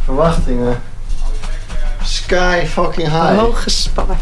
Verwachtingen. Sky fucking high. Hoog gespannen.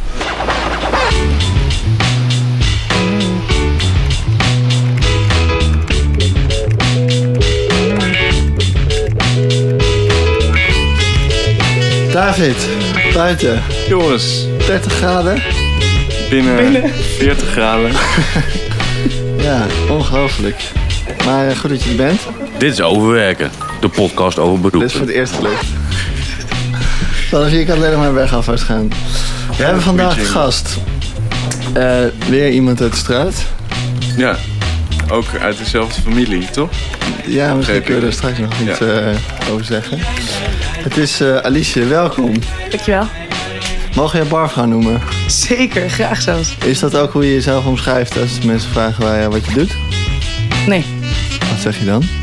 David, buiten. Jongens, 30 graden. binnen 40 graden. Ja, ongelooflijk. Maar goed dat je er bent. Dit is Overwerken, de podcast over beroepen. Dit is voor het eerst gelukt. Vanaf hier kan alleen nog maar weg alvast gaan. We hebben vandaag een gast. Weer iemand uit de straat. Ja, ook uit dezelfde familie, toch? Ja, misschien kunnen we er straks nog iets over zeggen. Het is Alicia, welkom. Dankjewel. Mogen je barvrouw noemen? Zeker, graag zelfs. Is dat ook hoe je jezelf omschrijft als mensen vragen wat je doet? Nee. Wat zeg je dan?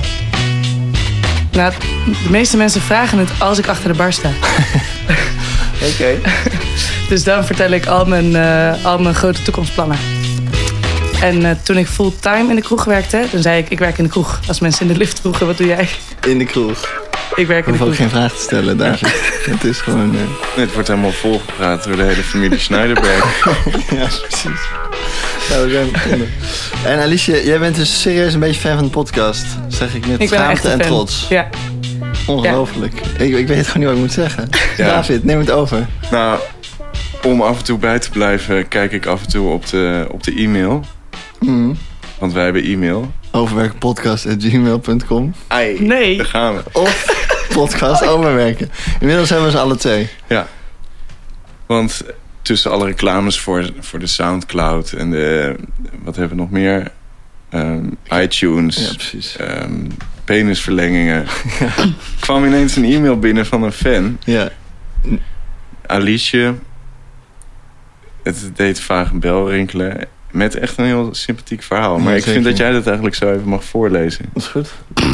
Nou, de meeste mensen vragen het als ik achter de bar sta. Oké. Dus dan vertel ik al mijn grote toekomstplannen. En toen ik fulltime in de kroeg werkte, dan zei ik werk in de kroeg. Als mensen in de lift vroegen, wat doe jij? In de kroeg. Ik werk in de Ik hoef ook kroeg. geen vraag te stellen, David. Het is gewoon... Nee, het wordt helemaal volgepraat door de hele familie Schneiderberg. Ja, precies. Nou, we zijn begonnen. En Alicia, jij bent dus serieus een beetje fan van de podcast. Zeg ik met Ik ben echt schaamte een en fan. trots. Ja. Ongelooflijk. Ik weet gewoon niet wat ik moet zeggen. Ja. David, neem het over. Nou, om af en toe bij te blijven, kijk ik af en toe op de e-mail. Want wij hebben e-mail. Overwerkenpodcast@gmail.com. Ai, Nee. daar gaan we. Of podcast overwerken. Inmiddels hebben we ze alle twee. Ja, want tussen alle reclames voor de Soundcloud en de... Wat hebben we nog meer? iTunes. Ja, precies. Penisverlengingen. Kwam ineens een e-mail binnen van een fan. Ja. Alicia. Het deed vaag een bel rinkelen. Met echt een heel sympathiek verhaal. Maar Ja, ik zeker. vind dat jij dat eigenlijk zo even mag voorlezen. Dat is goed.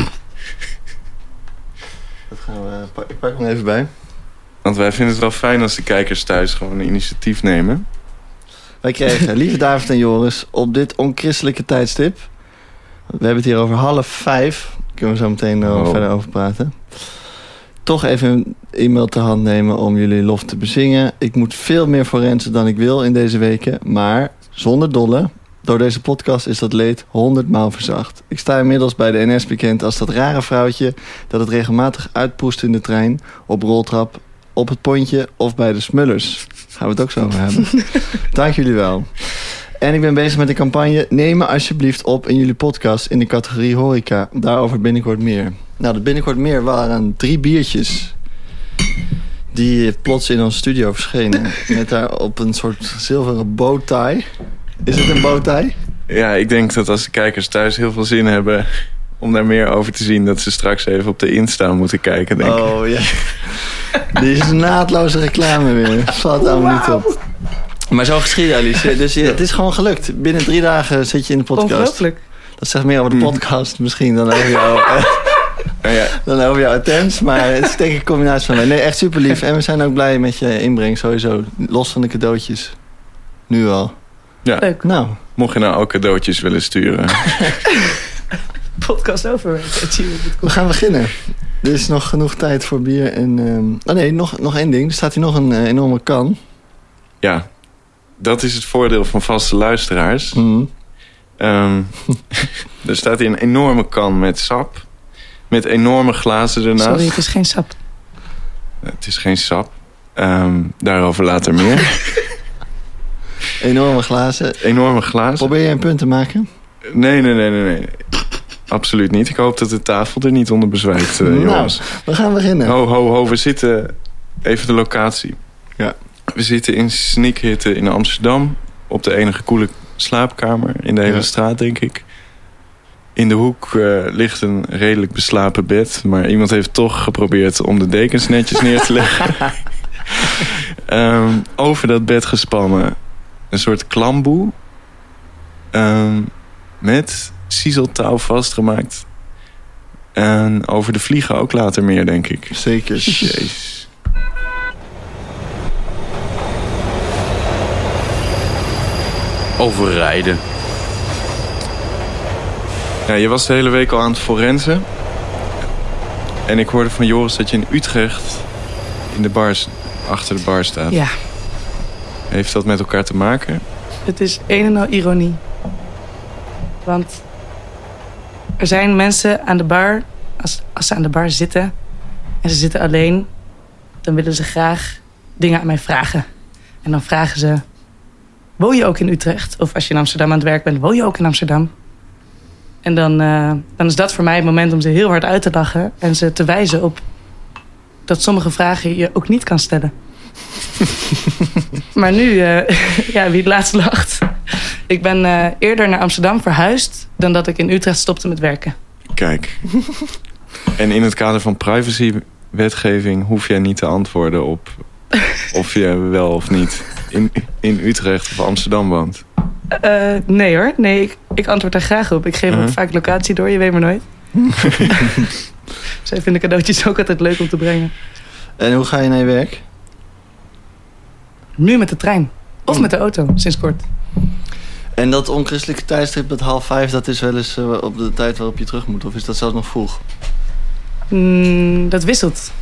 Dat gaan we... Ik pak hem even bij. Want wij vinden het wel fijn als de kijkers thuis gewoon een initiatief nemen. Wij kregen, lieve David en Joris, op dit onchristelijke tijdstip. We hebben het hier over 4:30. Daar kunnen we zo meteen verder over praten. Toch even een e-mail ter hand nemen om jullie lof te bezingen. Ik moet veel meer forensen dan ik wil in deze weken. Maar zonder dolle. Door deze podcast is dat leed 100 maal verzacht. Ik sta inmiddels bij de NS bekend als dat rare vrouwtje dat het regelmatig uitproest in de trein, op roltrap, op het pontje of bij de smullers. Gaan we het ook zo over hebben. Dank jullie wel. En ik ben bezig met een campagne. Neem me alsjeblieft op in jullie podcast in de categorie horeca. Daarover binnenkort meer. Nou, de binnenkort meer waren 3 biertjes die plots in onze studio verschenen. Met daarop een soort zilveren bowtie. Is het een bowtie? Ja, ik denk dat als de kijkers thuis heel veel zin hebben om daar meer over te zien, dat ze straks even op de Insta moeten kijken, denk ik. Oh ja. Dit is een naadloze reclame weer. Valt allemaal niet op. Maar zo geschieden, Alice. Dus het is gewoon gelukt. Binnen 3 dagen zit je in de podcast. Ongelooflijk. Dat zegt meer over de podcast misschien dan over jouw attempts. Maar het is denk ik een combinatie van mij. Nee, echt super lief. En we zijn ook blij met je inbreng sowieso. Los van de cadeautjes. Nu al. Ja. Leuk. Nou. Mocht je nou ook cadeautjes willen sturen. Podcast overwerken. We gaan beginnen. Er is nog genoeg tijd voor bier en... nog 1 ding. Er staat hier nog een enorme kan. Ja, dat is het voordeel van vaste luisteraars. Er staat hier een enorme kan met sap. Met enorme glazen ernaast. Sorry, het is geen sap. Het is geen sap. Daarover later meer. Enorme glazen. Enorme glazen. Probeer je een punt te maken? Nee. Absoluut niet. Ik hoop dat de tafel er niet onder bezwijkt, jongens. Nou, we gaan beginnen. Ho. We zitten... Even de locatie. Ja. We zitten in snikhitte in Amsterdam. Op de enige koele slaapkamer in de hele straat, denk ik. In de hoek ligt een redelijk beslapen bed. Maar iemand heeft toch geprobeerd om de dekens netjes neer te leggen. Over dat bed gespannen een soort klamboe. Met siezeltouw vastgemaakt. En over de vliegen ook later meer, denk ik. Zeker. Jezus. Overrijden. Ja, je was de hele week al aan het forensen. En ik hoorde van Joris dat je in Utrecht in de bars, achter de bar staat. Ja. Heeft dat met elkaar te maken? Het is een en al ironie. Want er zijn mensen aan de bar, als ze aan de bar zitten en ze zitten alleen, dan willen ze graag dingen aan mij vragen. En dan vragen ze, woon je ook in Utrecht? Of als je in Amsterdam aan het werk bent, woon je ook in Amsterdam? En dan is dat voor mij het moment om ze heel hard uit te lachen en ze te wijzen op dat sommige vragen je ook niet kan stellen. Maar nu, wie het laatst lacht. Ik ben eerder naar Amsterdam verhuisd dan dat ik in Utrecht stopte met werken. Kijk. En in het kader van privacywetgeving hoef jij niet te antwoorden op of je wel of niet in Utrecht of Amsterdam woont. Nee hoor, nee, ik antwoord daar graag op. Ik geef ook vaak locatie door, je weet maar nooit. Zij vinden cadeautjes ook altijd leuk om te brengen. En hoe ga je naar je werk? Nu met de trein. Of met de auto, sinds kort. En dat onchristelijke tijdstip, dat 4:30, dat is wel eens op de tijd waarop je terug moet? Of is dat zelfs nog vroeg? Dat wisselt.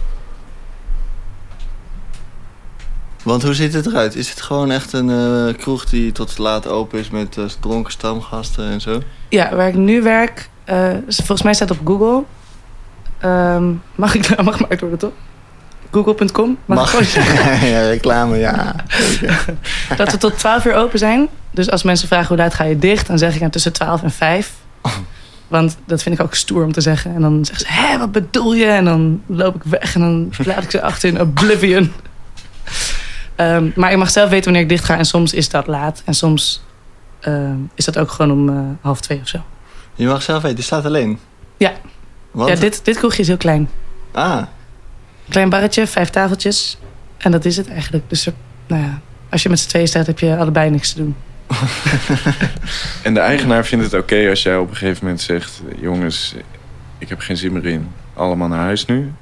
Want hoe ziet het eruit? Is het gewoon echt een kroeg die tot laat open is met dronken stamgasten en zo? Ja, waar ik nu werk, volgens mij staat op Google. Mag gemaakt worden, toch? Google.com? Mag. Ja, reclame, ja. Dat we tot 12 uur open zijn. Dus als mensen vragen hoe laat ga je dicht, dan zeg ik tussen 12 en 5. Want dat vind ik ook stoer om te zeggen. En dan zeggen ze, hé, wat bedoel je? En dan loop ik weg en dan laat ik ze achter in oblivion. Maar ik mag zelf weten wanneer ik dicht ga. En soms is dat laat. En soms is dat ook gewoon om 1:30 of zo. Je mag zelf weten, je staat alleen? Ja. Wat? Ja, dit kroegje is heel klein. Ah. Klein barretje, 5 tafeltjes. En dat is het eigenlijk. Dus als je met z'n tweeën staat, heb je allebei niks te doen. En de eigenaar vindt het oké als jij op een gegeven moment zegt, jongens, ik heb geen zin meer in. Allemaal naar huis nu?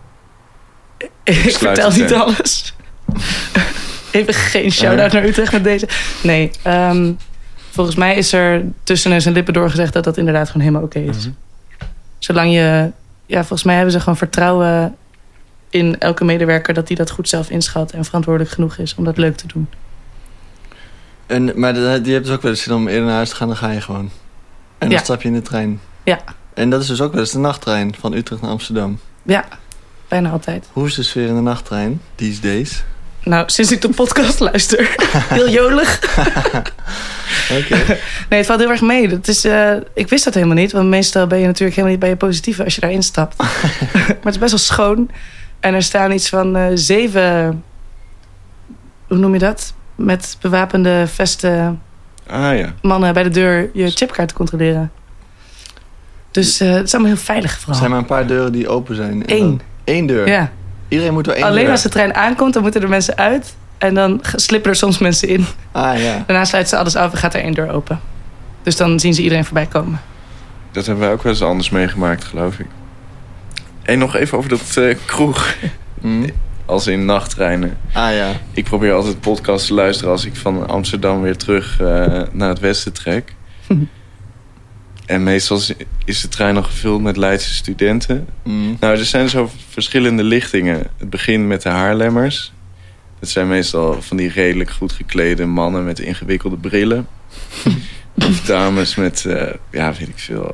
Ik vertel niet alles. Even geen shout-out naar Utrecht met deze. Nee, volgens mij is er tussen neus en lippen doorgezegd dat dat inderdaad gewoon helemaal oké is. Mm-hmm. Zolang je... Ja, volgens mij hebben ze gewoon vertrouwen in elke medewerker dat die dat goed zelf inschat en verantwoordelijk genoeg is om dat leuk te doen. Maar die hebt dus ook wel eens zin om eerder naar huis te gaan, dan ga je gewoon. En dan stap je in de trein. Ja. En dat is dus ook wel eens de nachttrein van Utrecht naar Amsterdam. Ja, bijna altijd. Hoe is de sfeer in de nachttrein, these days? Nou, sinds ik de podcast luister. Heel jolig. Okay. Nee, het valt heel erg mee. Dat is, ik wist dat helemaal niet. Want meestal ben je natuurlijk helemaal niet bij je positieve als je daarin stapt. Maar het is best wel schoon. En er staan iets van 7... Hoe noem je dat? Met bewapende vesten mannen bij de deur je chipkaart te controleren. Dus het is allemaal heel veilig vooral. Er zijn maar een paar deuren die open zijn. Eén deur? Ja. Iedereen moet door één Alleen deur. als de trein aankomt, dan moeten er mensen uit. En dan slippen er soms mensen in. Ah, ja. Daarna sluiten ze alles af en gaat er één deur open. Dus dan zien ze iedereen voorbij komen. Dat hebben wij ook wel eens anders meegemaakt, geloof ik. En nog even over dat kroeg. Als in nachttreinen. Ah ja. Ik probeer altijd podcasts te luisteren als ik van Amsterdam weer terug naar het westen trek. En meestal is de trein nog gevuld met Leidse studenten. Nou, er zijn zo verschillende lichtingen. Het begint met de Haarlemmers. Dat zijn meestal van die redelijk goed geklede mannen met ingewikkelde brillen. Of dames met, weet ik veel,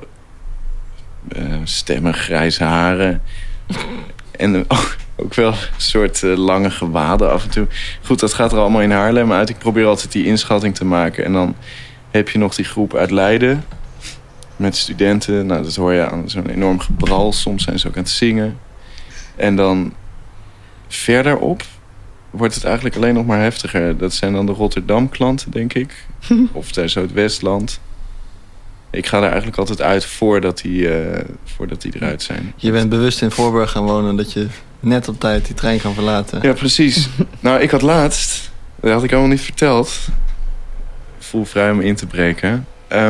stemmen, grijze haren. En ook wel een soort lange gewaden af en toe. Goed, dat gaat er allemaal in Haarlem uit. Ik probeer altijd die inschatting te maken. En dan heb je nog die groep uit Leiden. Met studenten. Nou, dat hoor je aan zo'n enorm gebral. Soms zijn ze ook aan het zingen. En dan verderop wordt het eigenlijk alleen nog maar heftiger. Dat zijn dan de Rotterdam klanten, denk ik. Of daar zo het Westland. Ik ga daar eigenlijk altijd uit voordat die eruit zijn. Je bent bewust in Voorburg gaan wonen dat je net op tijd die trein kan verlaten. Ja, precies. Nou, ik had laatst, dat had ik allemaal niet verteld. Voel vrij om in te breken.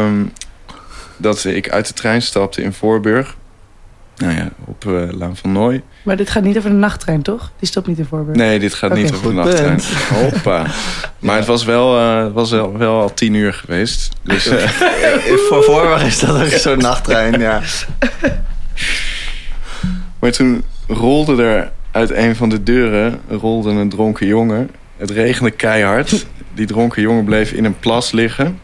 Dat ik uit de trein stapte in Voorburg. Nou ja, op Laan van Nooy. Maar dit gaat niet over de nachttrein, toch? Die stopt niet in Voorburg. Nee, dit gaat niet over de nachttrein. Hoppa. Maar het was wel al 10 uur geweest. Dus, voor Voorburg is dat ook zo'n nachttrein, ja. Maar toen rolde er uit een van de deuren een dronken jongen. Het regende keihard. Die dronken jongen bleef in een plas liggen.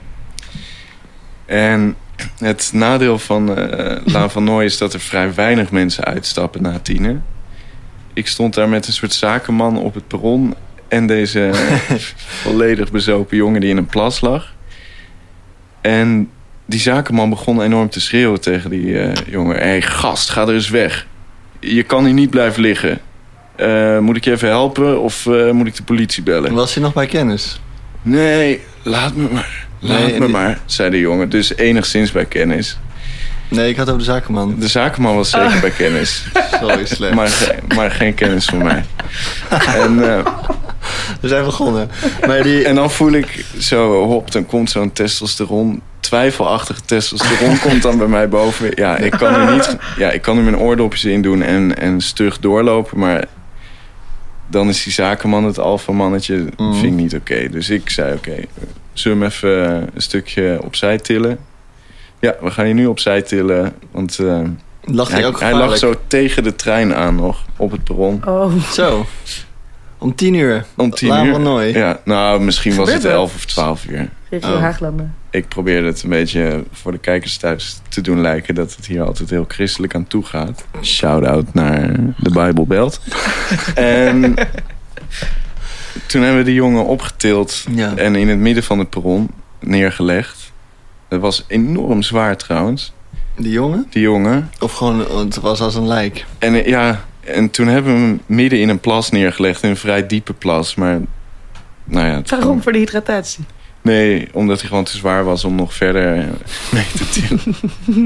En het nadeel van Laan van Nooy is dat er vrij weinig mensen uitstappen na 10:00. Ik stond daar met een soort zakenman op het perron. En deze volledig bezopen jongen die in een plas lag. En die zakenman begon enorm te schreeuwen tegen die jongen. Hé, gast, ga er eens weg. Je kan hier niet blijven liggen. Moet ik je even helpen of moet ik de politie bellen? Was hij nog bij kennis? Nee, laat me maar. Laat me maar, zei de jongen. Dus enigszins bij kennis. Nee, ik had over de zakenman. De zakenman was zeker bij kennis. Sorry, slecht. Maar geen kennis van mij. En, we zijn begonnen. En dan voel ik zo, dan komt zo'n testosteron, twijfelachtige testosteron komt dan bij mij boven. Ja, ik kan er mijn oordopjes in doen en stug doorlopen, maar dan is die zakenman het alfamannetje, vind ik niet oké. Dus ik zei oké, zullen we hem even een stukje opzij tillen? Ja, we gaan hier nu opzij tillen, want hij lag zo tegen de trein aan nog, op het perron. Oh. Zo. Om 10:00. Om 10:00. Laan van Nooy. Ja, nou, misschien was het 11 of 12 uur. Geef je Haaglanden. Ik probeerde het een beetje voor de kijkers thuis te doen lijken dat het hier altijd heel christelijk aan toe gaat. Shout-out naar de Bijbelbelt. En toen hebben we die jongen opgetild en in het midden van het perron neergelegd. Het was enorm zwaar trouwens. Die jongen? Die jongen. Of gewoon, het was als een lijk. En toen hebben we hem midden in een plas neergelegd. In een vrij diepe plas. Maar, nou ja, waarom? Voor de hydratatie? Nee, omdat hij gewoon te zwaar was om nog verder mee te tillen.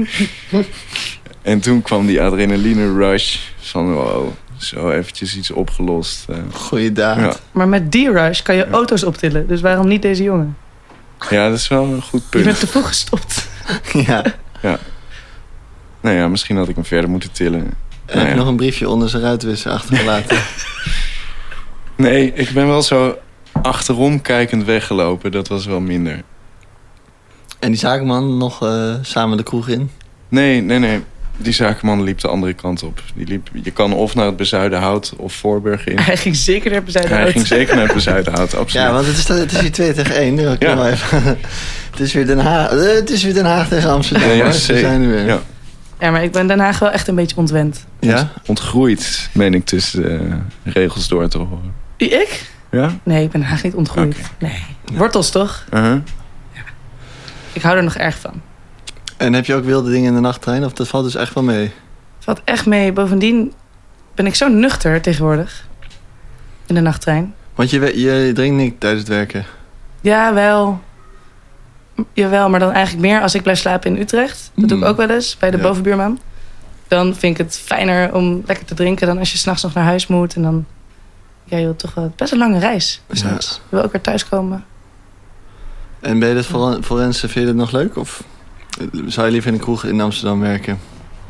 En toen kwam die adrenaline rush van wow, zo eventjes iets opgelost. Goeie daad. Ja. Maar met die rush kan je auto's optillen. Dus waarom niet deze jongen? Ja, dat is wel een goed punt. Je bent te vroeg gestopt. Ja. Nou ja, misschien had ik hem verder moeten tillen. Heb je nog een briefje onder zijn ruitwisser achtergelaten? Nee, ik ben wel zo achterom kijkend weggelopen. Dat was wel minder. En die zakenman nog samen de kroeg in? Nee. Die zakenman liep de andere kant op. Je kan of naar het Bezuidenhout of Voorburg in. Hij ging zeker naar het Bezuidenhout. Hij ging zeker naar het Bezuidenhout, absoluut. Ja, want het is hier 2 tegen 1. Het is weer Den Haag tegen Amsterdam. Ja, we zijn er weer. Ja, maar ik ben Den Haag wel echt een beetje ontwend. Ja? Ontgroeid, meen ik tussen de regels door te horen. Ik? Ja? Nee, ik ben Den Haag niet ontgroeid. Okay. Nee. Wortels toch? Ja. Ik hou er nog erg van. En heb je ook wilde dingen in de nachttrein? Of dat valt dus echt wel mee? Het valt echt mee. Bovendien ben ik zo nuchter tegenwoordig. In de nachttrein. Want je drinkt niet tijdens het werken? Ja, wel. Jawel, maar dan eigenlijk meer als ik blijf slapen in Utrecht. Dat doe ik ook wel eens bij de bovenbuurman. Dan vind ik het fijner om lekker te drinken dan als je 's nachts nog naar huis moet. En dan, ja, je wilt toch wel best een lange reis. Dus je wil ook weer thuiskomen. En ben je dat forensen, vind je dat nog leuk? Of zou je liever in een kroeg in Amsterdam werken?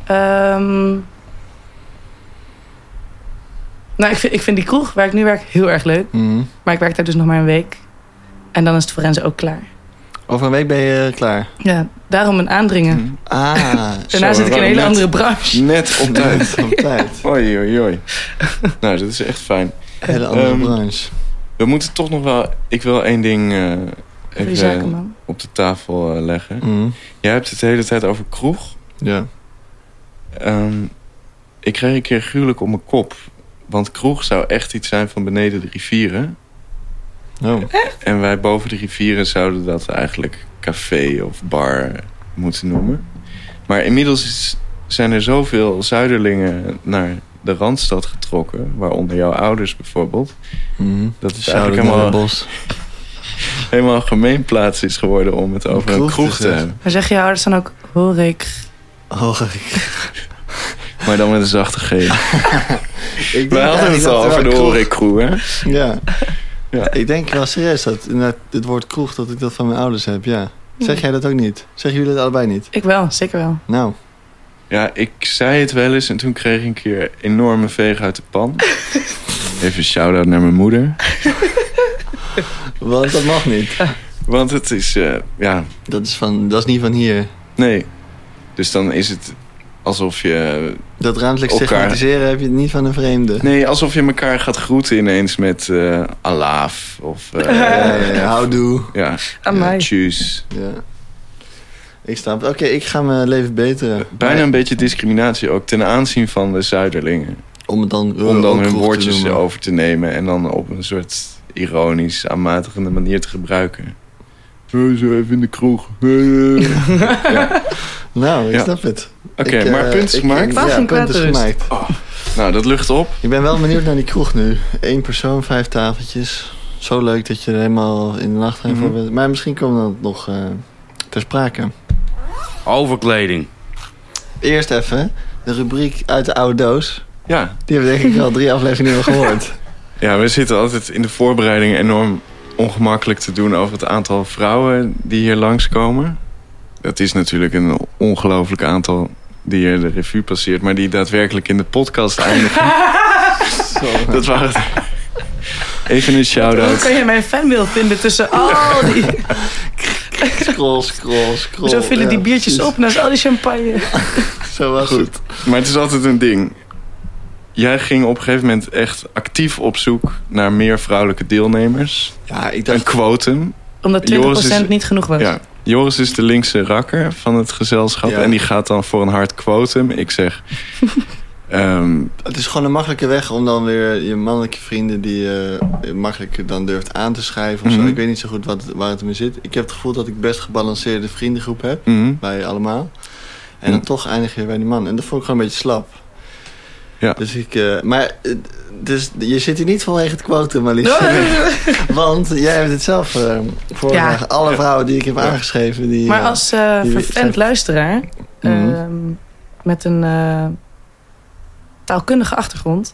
Nou, ik vind die kroeg waar ik nu werk heel erg leuk. Mm-hmm. Maar ik werk daar dus nog maar een week. En dan is het forensen ook klaar. Over een week ben je klaar? Ja, daarom een aandringen. Daarna zit ik in een hele andere branche. Net op tijd. Op tijd. Oei. Nou, dat is echt fijn. Een hele andere branche. We moeten toch nog wel... Ik wil 1 ding even op de tafel leggen. Mm. Jij hebt het de hele tijd over kroeg. Ja. Ik kreeg een keer gruwelijk op mijn kop. Want kroeg zou echt iets zijn van beneden de rivieren. Oh. En wij boven de rivieren zouden dat eigenlijk café of bar moeten noemen. Maar inmiddels zijn er zoveel zuiderlingen naar de Randstad getrokken. Waaronder jouw ouders bijvoorbeeld. Mm. Dat het eigenlijk helemaal gemeenplaats is geworden om het over een kroeg te hebben. Maar zeg je ouders dan ook horeik? Maar dan met een zachte G. Wij hadden het al over de horeikroeg, hè? Ja. Ik denk wel serieus dat het woord kroeg, dat ik dat van mijn ouders heb, ja. Zeg jij dat ook niet? Zeggen jullie dat allebei niet? Ik wel, zeker wel. Nou. Ja, ik zei het wel eens en toen kreeg ik een keer enorme veeg uit de pan. Even een shout-out naar mijn moeder. Want dat mag niet. Want het is, Dat is niet van hier. Nee. Dus dan is het... alsof je... Dat ruimtelijk elkaar... stigmatiseren heb je niet van een vreemde. Nee, alsof je elkaar gaat groeten ineens met alaaf of... houdoe. Ja, tjus. Ja. Ik snap het. Oké, ik ga mijn leven beteren. Bijna een beetje discriminatie ook ten aanzien van de Zuiderlingen. Om dan hun woordjes over te nemen en dan op een soort ironisch, aanmatigende manier te gebruiken. Zo even in de kroeg. Ja. Nou, ik snap het. Oké, maar punt is gemaakt? Punt is gemaakt. Oh, nou, dat lucht op. Ik ben wel benieuwd naar die kroeg nu. 1 persoon, 5 tafeltjes. Zo leuk dat je er helemaal in de nacht voor bent. Maar misschien komen we dan nog ter sprake. Overkleding. Eerst even de rubriek uit de oude doos. Ja. Die hebben we denk ik al 3 afleveringen gehoord. Ja, we zitten altijd in de voorbereiding enorm ongemakkelijk te doen over het aantal vrouwen die hier langskomen. Dat is natuurlijk een ongelooflijk aantal die hier de revue passeert, maar die daadwerkelijk in de podcast eindigen. Dat waren het. Even een shout-out. Hoe kan je mijn fanmail vinden tussen al die... Scroll. Zo vullen die biertjes op naast al die champagne. Zo was het. Maar het is altijd een ding. Jij ging op een gegeven moment echt actief op zoek naar meer vrouwelijke deelnemers. Ja, ik dacht... Een quotum. Omdat 20% niet genoeg was. Ja, Joris is de linkse rakker van het gezelschap. Ja. En die gaat dan voor een hard quotum. Ik zeg... het is gewoon een makkelijke weg om dan weer je mannelijke vrienden die je makkelijker dan durft aan te schrijven of zo. Ik weet niet zo goed waar het in zit. Ik heb het gevoel dat ik best gebalanceerde vriendengroep heb bij allemaal. En dan toch eindig je bij die man. En dat vond ik gewoon een beetje slap. Ja. Dus je zit hier niet vanwege het quotum, Marlies. Want jij hebt het zelf voorgedragen. Alle vrouwen die ik heb aangeschreven. Die, maar als vervent luisteraar met een taalkundige achtergrond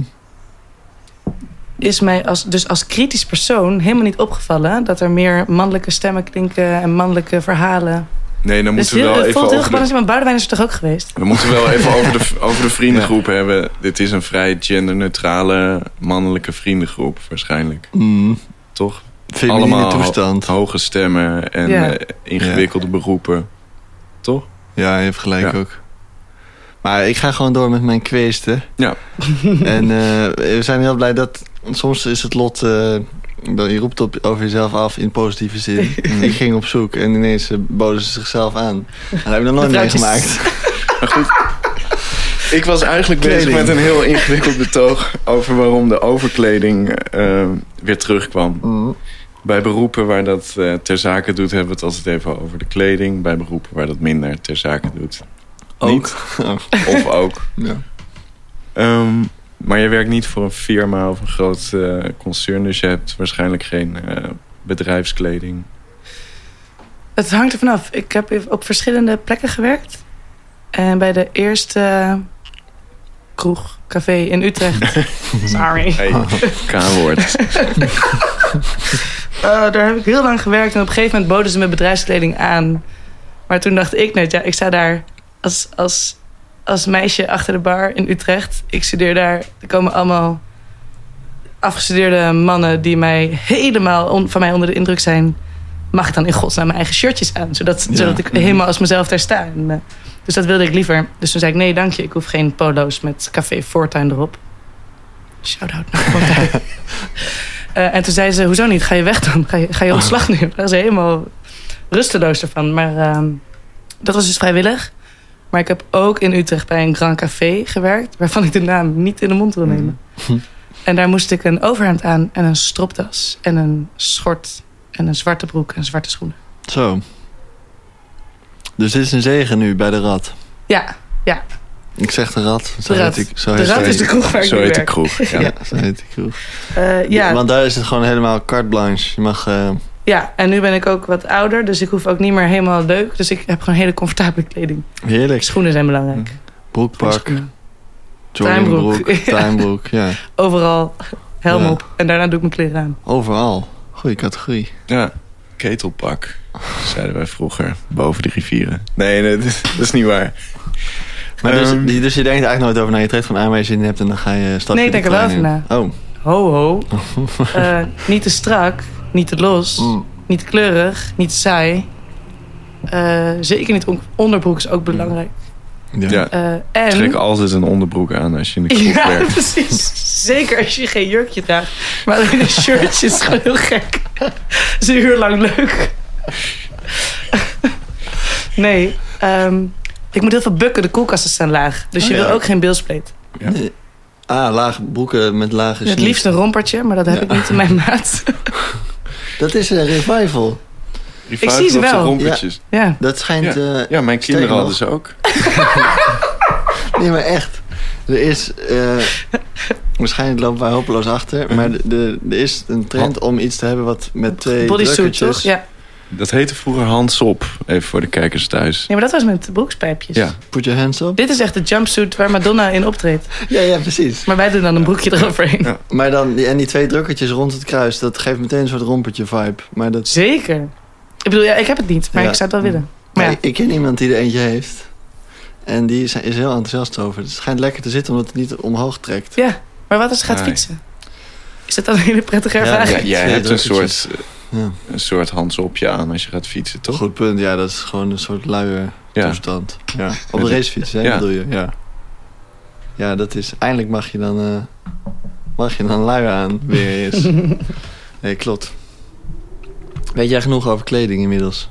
is mij als kritisch persoon helemaal niet opgevallen dat er meer mannelijke stemmen klinken en mannelijke verhalen. Nee, dan moeten we wel even over want Boudewijn is er toch ook geweest? We moeten wel even over de vriendengroep hebben. Dit is een vrij genderneutrale mannelijke vriendengroep waarschijnlijk. Toch? Feminine toestand. Hoge stemmen en ingewikkelde beroepen. Toch? Ja, je hebt gelijk ook. Maar ik ga gewoon door met mijn kweesten. Ja. En we zijn heel blij dat... Soms is het lot... je roept over jezelf af in positieve zin. Ik ging op zoek en ineens boden ze zichzelf aan. Dat heb ik nog nooit meegemaakt. Maar goed. Ik was eigenlijk bezig met een heel ingewikkeld betoog... over waarom de overkleding weer terugkwam. Bij beroepen waar dat ter zake doet... hebben we het altijd even over de kleding. Bij beroepen waar dat minder ter zake doet... Ook. Niet. Of ook. Ja. Maar je werkt niet voor een firma of een groot concern. Dus je hebt waarschijnlijk geen bedrijfskleding. Het hangt er vanaf. Ik heb op verschillende plekken gewerkt. En bij de eerste kroeg, café in Utrecht. Sorry. Hey, K-woord. Daar heb ik heel lang gewerkt. En op een gegeven moment boden ze me bedrijfskleding aan. Maar toen dacht ik net, ik sta daar... Als meisje achter de bar in Utrecht. Ik studeer daar. Er komen allemaal afgestudeerde mannen... die mij helemaal van mij onder de indruk zijn. Mag ik dan in godsnaam mijn eigen shirtjes aan? Zodat ik helemaal als mezelf daar sta. Dus dat wilde ik liever. Dus toen zei ik, nee dank je. Ik hoef geen polo's met Café Voortuin erop. Shout-out naar Voortuin. En toen zei ze, hoezo niet? Ga je weg dan? Ga je ontslag nemen? Daar was ze helemaal rusteloos ervan. Maar dat was dus vrijwillig. Maar ik heb ook in Utrecht bij een Grand Café gewerkt... waarvan ik de naam niet in de mond wil nemen. En daar moest ik een overhemd aan en een stropdas... en een schort en een zwarte broek en zwarte schoenen. Zo. Dus dit is een zegen nu bij de Rad? Ja. Ik zeg de Rad. De Rad is de kroeg waar ik zo heet werk. de kroeg. Ja, zo heet de kroeg. Ja. Want daar is het gewoon helemaal carte blanche. Je mag... Ja, en nu ben ik ook wat ouder, dus ik hoef ook niet meer helemaal leuk. Dus ik heb gewoon hele comfortabele kleding. Heerlijk. Schoenen zijn belangrijk. Broekpak. Tuinbroek, ja. Overal helm op en daarna doe ik mijn kleren aan. Overal. Goeie categorie. Ja, ketelpak, zeiden wij vroeger, boven de rivieren. Nee, dat is niet waar. Maar dus je denkt eigenlijk nooit over na je trekt van aan waar je zin in hebt en dan ga je stap. Nee, ik denk er wel over na. Oh. Ho. Niet te strak, niet te los, niet te kleurig, niet te saai. Zeker niet onderbroek is ook belangrijk. Ja. En... Trek altijd een onderbroek aan als je in de kroeg Ja, werkt. precies. Zeker als je geen jurkje draagt. Maar alleen een shirtje is gewoon heel gek. Dat is een uur lang leuk. Nee, ik moet heel veel bukken. De koelkasten staan laag. Dus je wil ook geen bilspleet. Ja. Nee. Lage broeken met lage Het liefst een rompertje, maar dat heb ik niet in mijn maat. Dat is een revival. Ik zie ze wel. Rompertjes. Ja. Dat schijnt... Ja, mijn kinderen nog. hadden ze ook. Nee, maar echt. Er is... waarschijnlijk lopen wij hopeloos achter. Maar er is een trend om iets te hebben wat met 2 Bodysuit, drukkertjes... toch? Ja. Dat heette vroeger hands op. Even voor de kijkers thuis. Ja, maar dat was met broekspijpjes. Ja. Put your hands up. Dit is echt de jumpsuit waar Madonna in optreedt. Ja, precies. Maar wij doen dan een broekje eroverheen. Ja. Maar dan, die 2 drukkertjes rond het kruis, dat geeft meteen een soort rompertje vibe. Maar dat... Zeker. Ik bedoel, ja, ik heb het niet, maar Ja. ik zou het wel willen. Maar ja. Ik ken iemand die er eentje heeft. En die is heel enthousiast over. Het schijnt lekker te zitten omdat het niet omhoog trekt. Ja, maar wat als je gaat Nee. fietsen? Is dat dan een hele prettige Ja, ervaring? Ja, jij 2 hebt drukkertjes. een Ja. soort hands opje aan als je gaat fietsen, toch? Goed punt. Ja, dat is gewoon een soort luie Ja. toestand. Ja. Op de racefiets, hè, Ja. bedoel je? Ja. Ja, dat is... Eindelijk mag je dan lui aan weer eens. Nee, klopt. Weet jij genoeg over kleding inmiddels?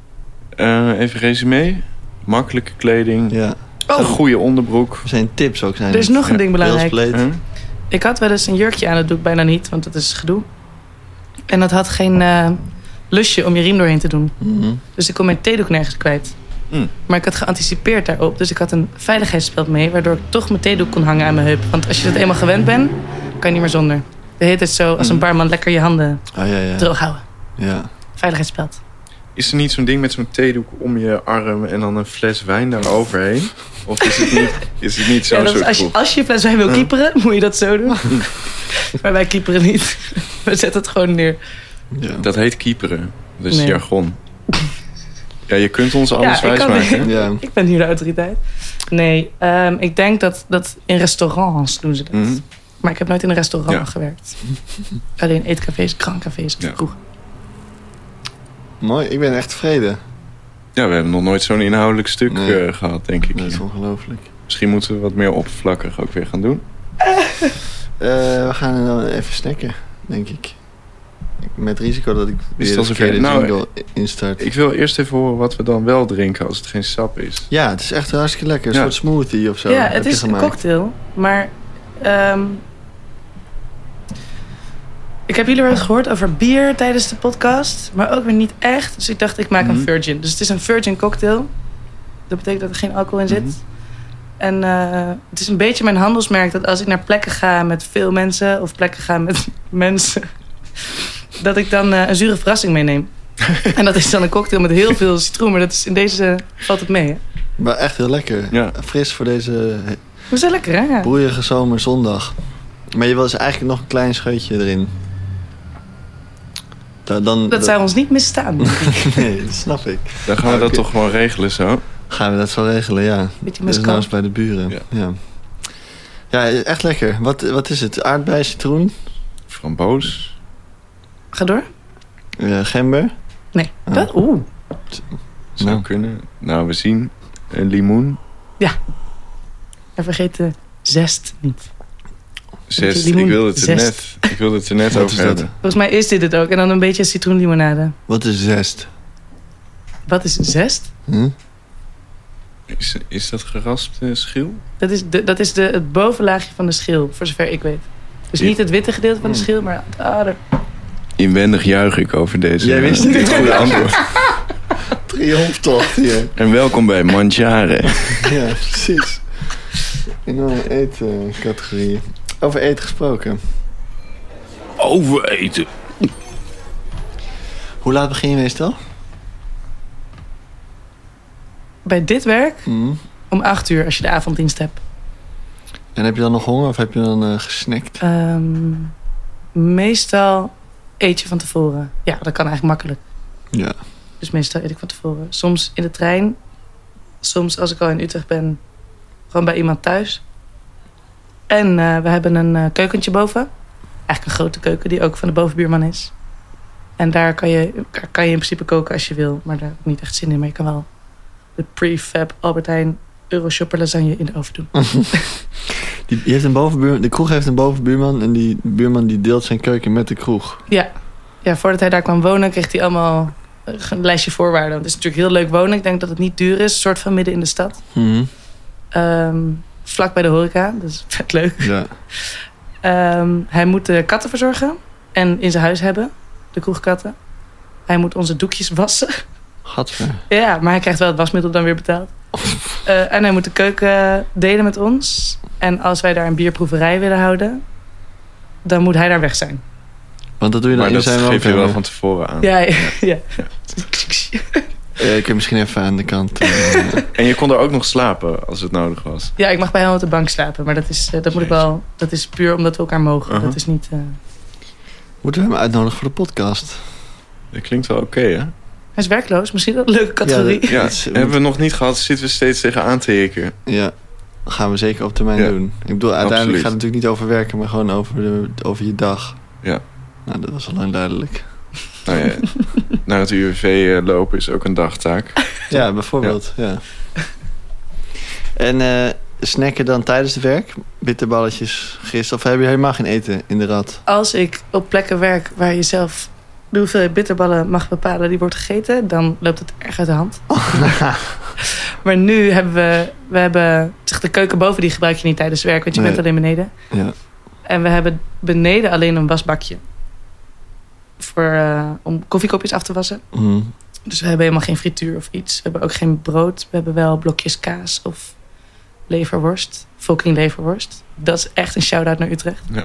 Even resume. Makkelijke kleding. Ja. Een goede onderbroek. Er zijn tips ook. Zijn Er is nog een ding belangrijk. Bilspleet. Ik had wel eens een jurkje aan, dat doe ik bijna niet, want dat is gedoe. En dat had geen lusje om je riem doorheen te doen. Mhm. Dus ik kon mijn theedoek nergens kwijt. Mm. Maar ik had geanticipeerd daarop. Dus ik had een veiligheidsspeld mee, waardoor ik toch mijn theedoek kon hangen aan mijn heup. Want als je dat eenmaal gewend bent, kan je niet meer zonder. De hele tijd zo als een barman lekker je handen Oh, ja. droog houden. Ja. Veiligheidsspeld. Is er niet zo'n ding met zo'n theedoek om je arm en dan een fles wijn daar overheen? Of is het niet zo'n Ja, dat is soort als je fles wijn wil kieperen, moet je dat zo doen. Maar wij kieperen niet. We zetten het gewoon neer. Ja. Dat heet kieperen. Dat is Nee. jargon. Ja, je kunt ons alles Ja, ik kan- wijsmaken. Ja. Ik ben hier de autoriteit. Nee, ik denk dat in restaurants doen ze dat. Mhm. Maar ik heb nooit in een restaurant Ja. gewerkt. Alleen eetcafés, krankcafés of Ja. kroegen. Mooi, ik ben echt tevreden. Ja, we hebben nog nooit zo'n inhoudelijk stuk Nee. gehad, denk ik. Dat is ongelooflijk. Misschien moeten we wat meer oppervlakkig ook weer gaan doen. We gaan dan even snacken, denk ik. Met risico dat ik weer het de al zover? verkeerde Nou, jingle instart. Ik wil eerst even horen wat we dan wel drinken als het geen sap is. Ja, het is echt hartstikke lekker. Een Ja. soort smoothie of zo. Ja, heb het je is een gemaakt. cocktail. Maar ik heb jullie wel eens gehoord over bier tijdens de podcast. Maar ook weer niet echt. Dus ik dacht, ik maak een Mhm. virgin. Dus het is een virgin cocktail. Dat betekent dat er geen alcohol in zit. Mhm. En het is een beetje mijn handelsmerk. Dat als ik naar plekken ga met veel mensen. Of plekken ga met mensen. Dat ik dan een zure verrassing meeneem. En dat is dan een cocktail met heel veel citroen. Maar dat is, in deze valt het mee. Hè? Maar echt heel lekker. Ja. Fris voor deze Dat is wel lekker, hè? Ja. broeierige zomerzondag. Maar je wil dus eigenlijk nog een klein scheutje erin. Dat zou ons niet misstaan. Nee, dat snap ik. Dan gaan we Ah, dat oké. toch gewoon regelen zo. Gaan we dat zo regelen, ja. Beetje Dat is mescal. nou eens bij de buren. Ja. Ja, ja echt lekker. Wat is het? Aardbei, citroen, Framboos. Ga door. gember. Nee. Ah. Dat? Oeh. Zou Nou. kunnen. Nou, we zien een limoen. En vergeet de zest niet. 6. limoen. Ik wilde het er Zest. net, ik wilde het er net Wat over is dat? hebben. Volgens mij is dit het ook. En dan een beetje citroenlimonade. Wat is zest? Wat is zest? Hm? Is dat geraspte schil? Dat is het bovenlaagje van de schil, voor zover ik weet. Dus Ja. niet het witte gedeelte van de schil, maar het ader. Inwendig juich ik over deze. Jij wist het dit niet. goede antwoord. Triomftocht hier. En welkom bij Mangiare. Ja, precies. Enorme eetcategorie. Over eten gesproken. Overeten. Hoe laat begin je meestal? Bij dit werk Hm. om 8 uur als je de avonddienst hebt. En heb je dan nog honger of heb je dan gesnackt? Meestal eet je van tevoren. Ja, dat kan eigenlijk makkelijk. Ja. Dus meestal eet ik van tevoren. Soms in de trein. Soms als ik al in Utrecht ben, gewoon bij iemand thuis. En we hebben een keukentje boven. Eigenlijk een grote keuken die ook van de bovenbuurman is. En daar kan je in principe koken als je wil. Maar daar heb ik niet echt zin in. Maar je kan wel de prefab Albert Heijn Euroshopper lasagne in de oven doen. Die heeft een bovenbuurman, de kroeg heeft een bovenbuurman en die buurman die deelt zijn keuken met de kroeg. Ja, voordat hij daar kwam wonen kreeg hij allemaal een lijstje voorwaarden. Want het is natuurlijk heel leuk wonen. Ik denk dat het niet duur is. Een soort van midden in de stad. Vlak bij de horeca. Dat is vet leuk. Ja. Hij moet de katten verzorgen. En in zijn huis hebben. De kroegkatten. Hij moet onze doekjes wassen. Gadver. Ja, maar hij krijgt wel het wasmiddel dan weer betaald. En hij moet de keuken delen met ons. En als wij daar een bierproeverij willen houden, dan moet hij daar weg zijn. Want dat doe je dan maar in zijn dat geef je woonkamer. wel van tevoren aan. Ja. Ik heb misschien even aan de kant. En je kon er ook nog slapen als het nodig was. Ja, ik mag bij hem op de bank slapen. Maar dat moet ik wel. Dat is puur omdat we elkaar mogen. Dat is niet... Moeten we hem uitnodigen voor de podcast? Dat klinkt wel oké, hè? Hij is werkloos. Misschien wel een leuke categorie. Ja, hebben we nog niet gehad. Zitten we steeds tegenaan te hikken. Ja, dat gaan we zeker op termijn doen. Ik bedoel, uiteindelijk Absoluut. gaat het natuurlijk niet over werken, maar gewoon over je dag. Ja. Nou, dat was al lang duidelijk. Nou ja, naar het UWV lopen is ook een dagtaak. Ja, bijvoorbeeld. Ja. En snacken dan tijdens het werk? Bitterballetjes, gist? Of heb je helemaal geen eten in de rad? Als ik op plekken werk waar je zelf de hoeveelheid bitterballen mag bepalen die wordt gegeten, dan loopt het erg uit de hand. Maar nu hebben we hebben de keuken boven, die gebruik je niet tijdens werk, want je bent alleen beneden. Ja. En we hebben beneden alleen een wasbakje om koffiekopjes af te wassen. Mm. Dus we hebben helemaal geen frituur of iets. We hebben ook geen brood. We hebben wel blokjes kaas of leverworst. Fucking leverworst. Dat is echt een shout-out naar Utrecht. Ja.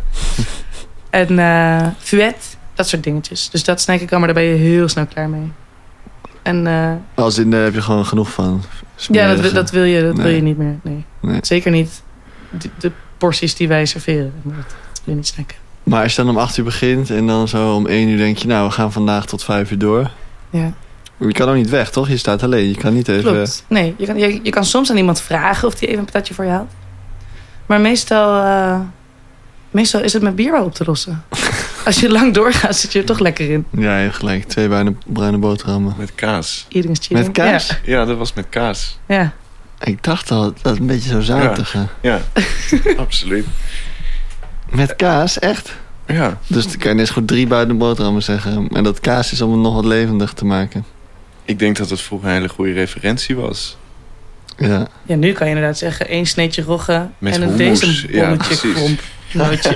En fuet, dat soort dingetjes. Dus dat snack ik al, maar daar ben je heel snel klaar mee. En Als in, daar heb je gewoon genoeg van. ja, dat wil je niet meer. Nee. Zeker niet de porties die wij serveren. Dat wil je niet snacken. Maar als je dan om 8:00 begint en dan zo om 1:00 denk je, nou, we gaan vandaag tot 5:00 door. Ja. Je kan ook niet weg, toch? Je staat alleen. Je kan niet even... Klopt. Nee, je kan soms aan iemand vragen of die even een patatje voor je haalt. Maar meestal is het met bier wel op te lossen. Als je lang doorgaat, zit je er toch lekker in. Ja, je hebt gelijk. 2 bruine boterhammen. Met kaas. Eating is cheating. Met kaas? Ja, dat was met kaas. Ja. Ik dacht al, dat is een beetje zo zoutige. Ja, absoluut. Met kaas, echt? Ja. Dus dan kan je net goed 3 bruine boterhammen zeggen. En dat kaas is om het nog wat levendig te maken. Ik denk dat het vroeger een hele goede referentie was. Ja. Ja, nu kan je inderdaad zeggen 1 sneetje rogge met en een hummus. bezembolletje kromp. Nootje.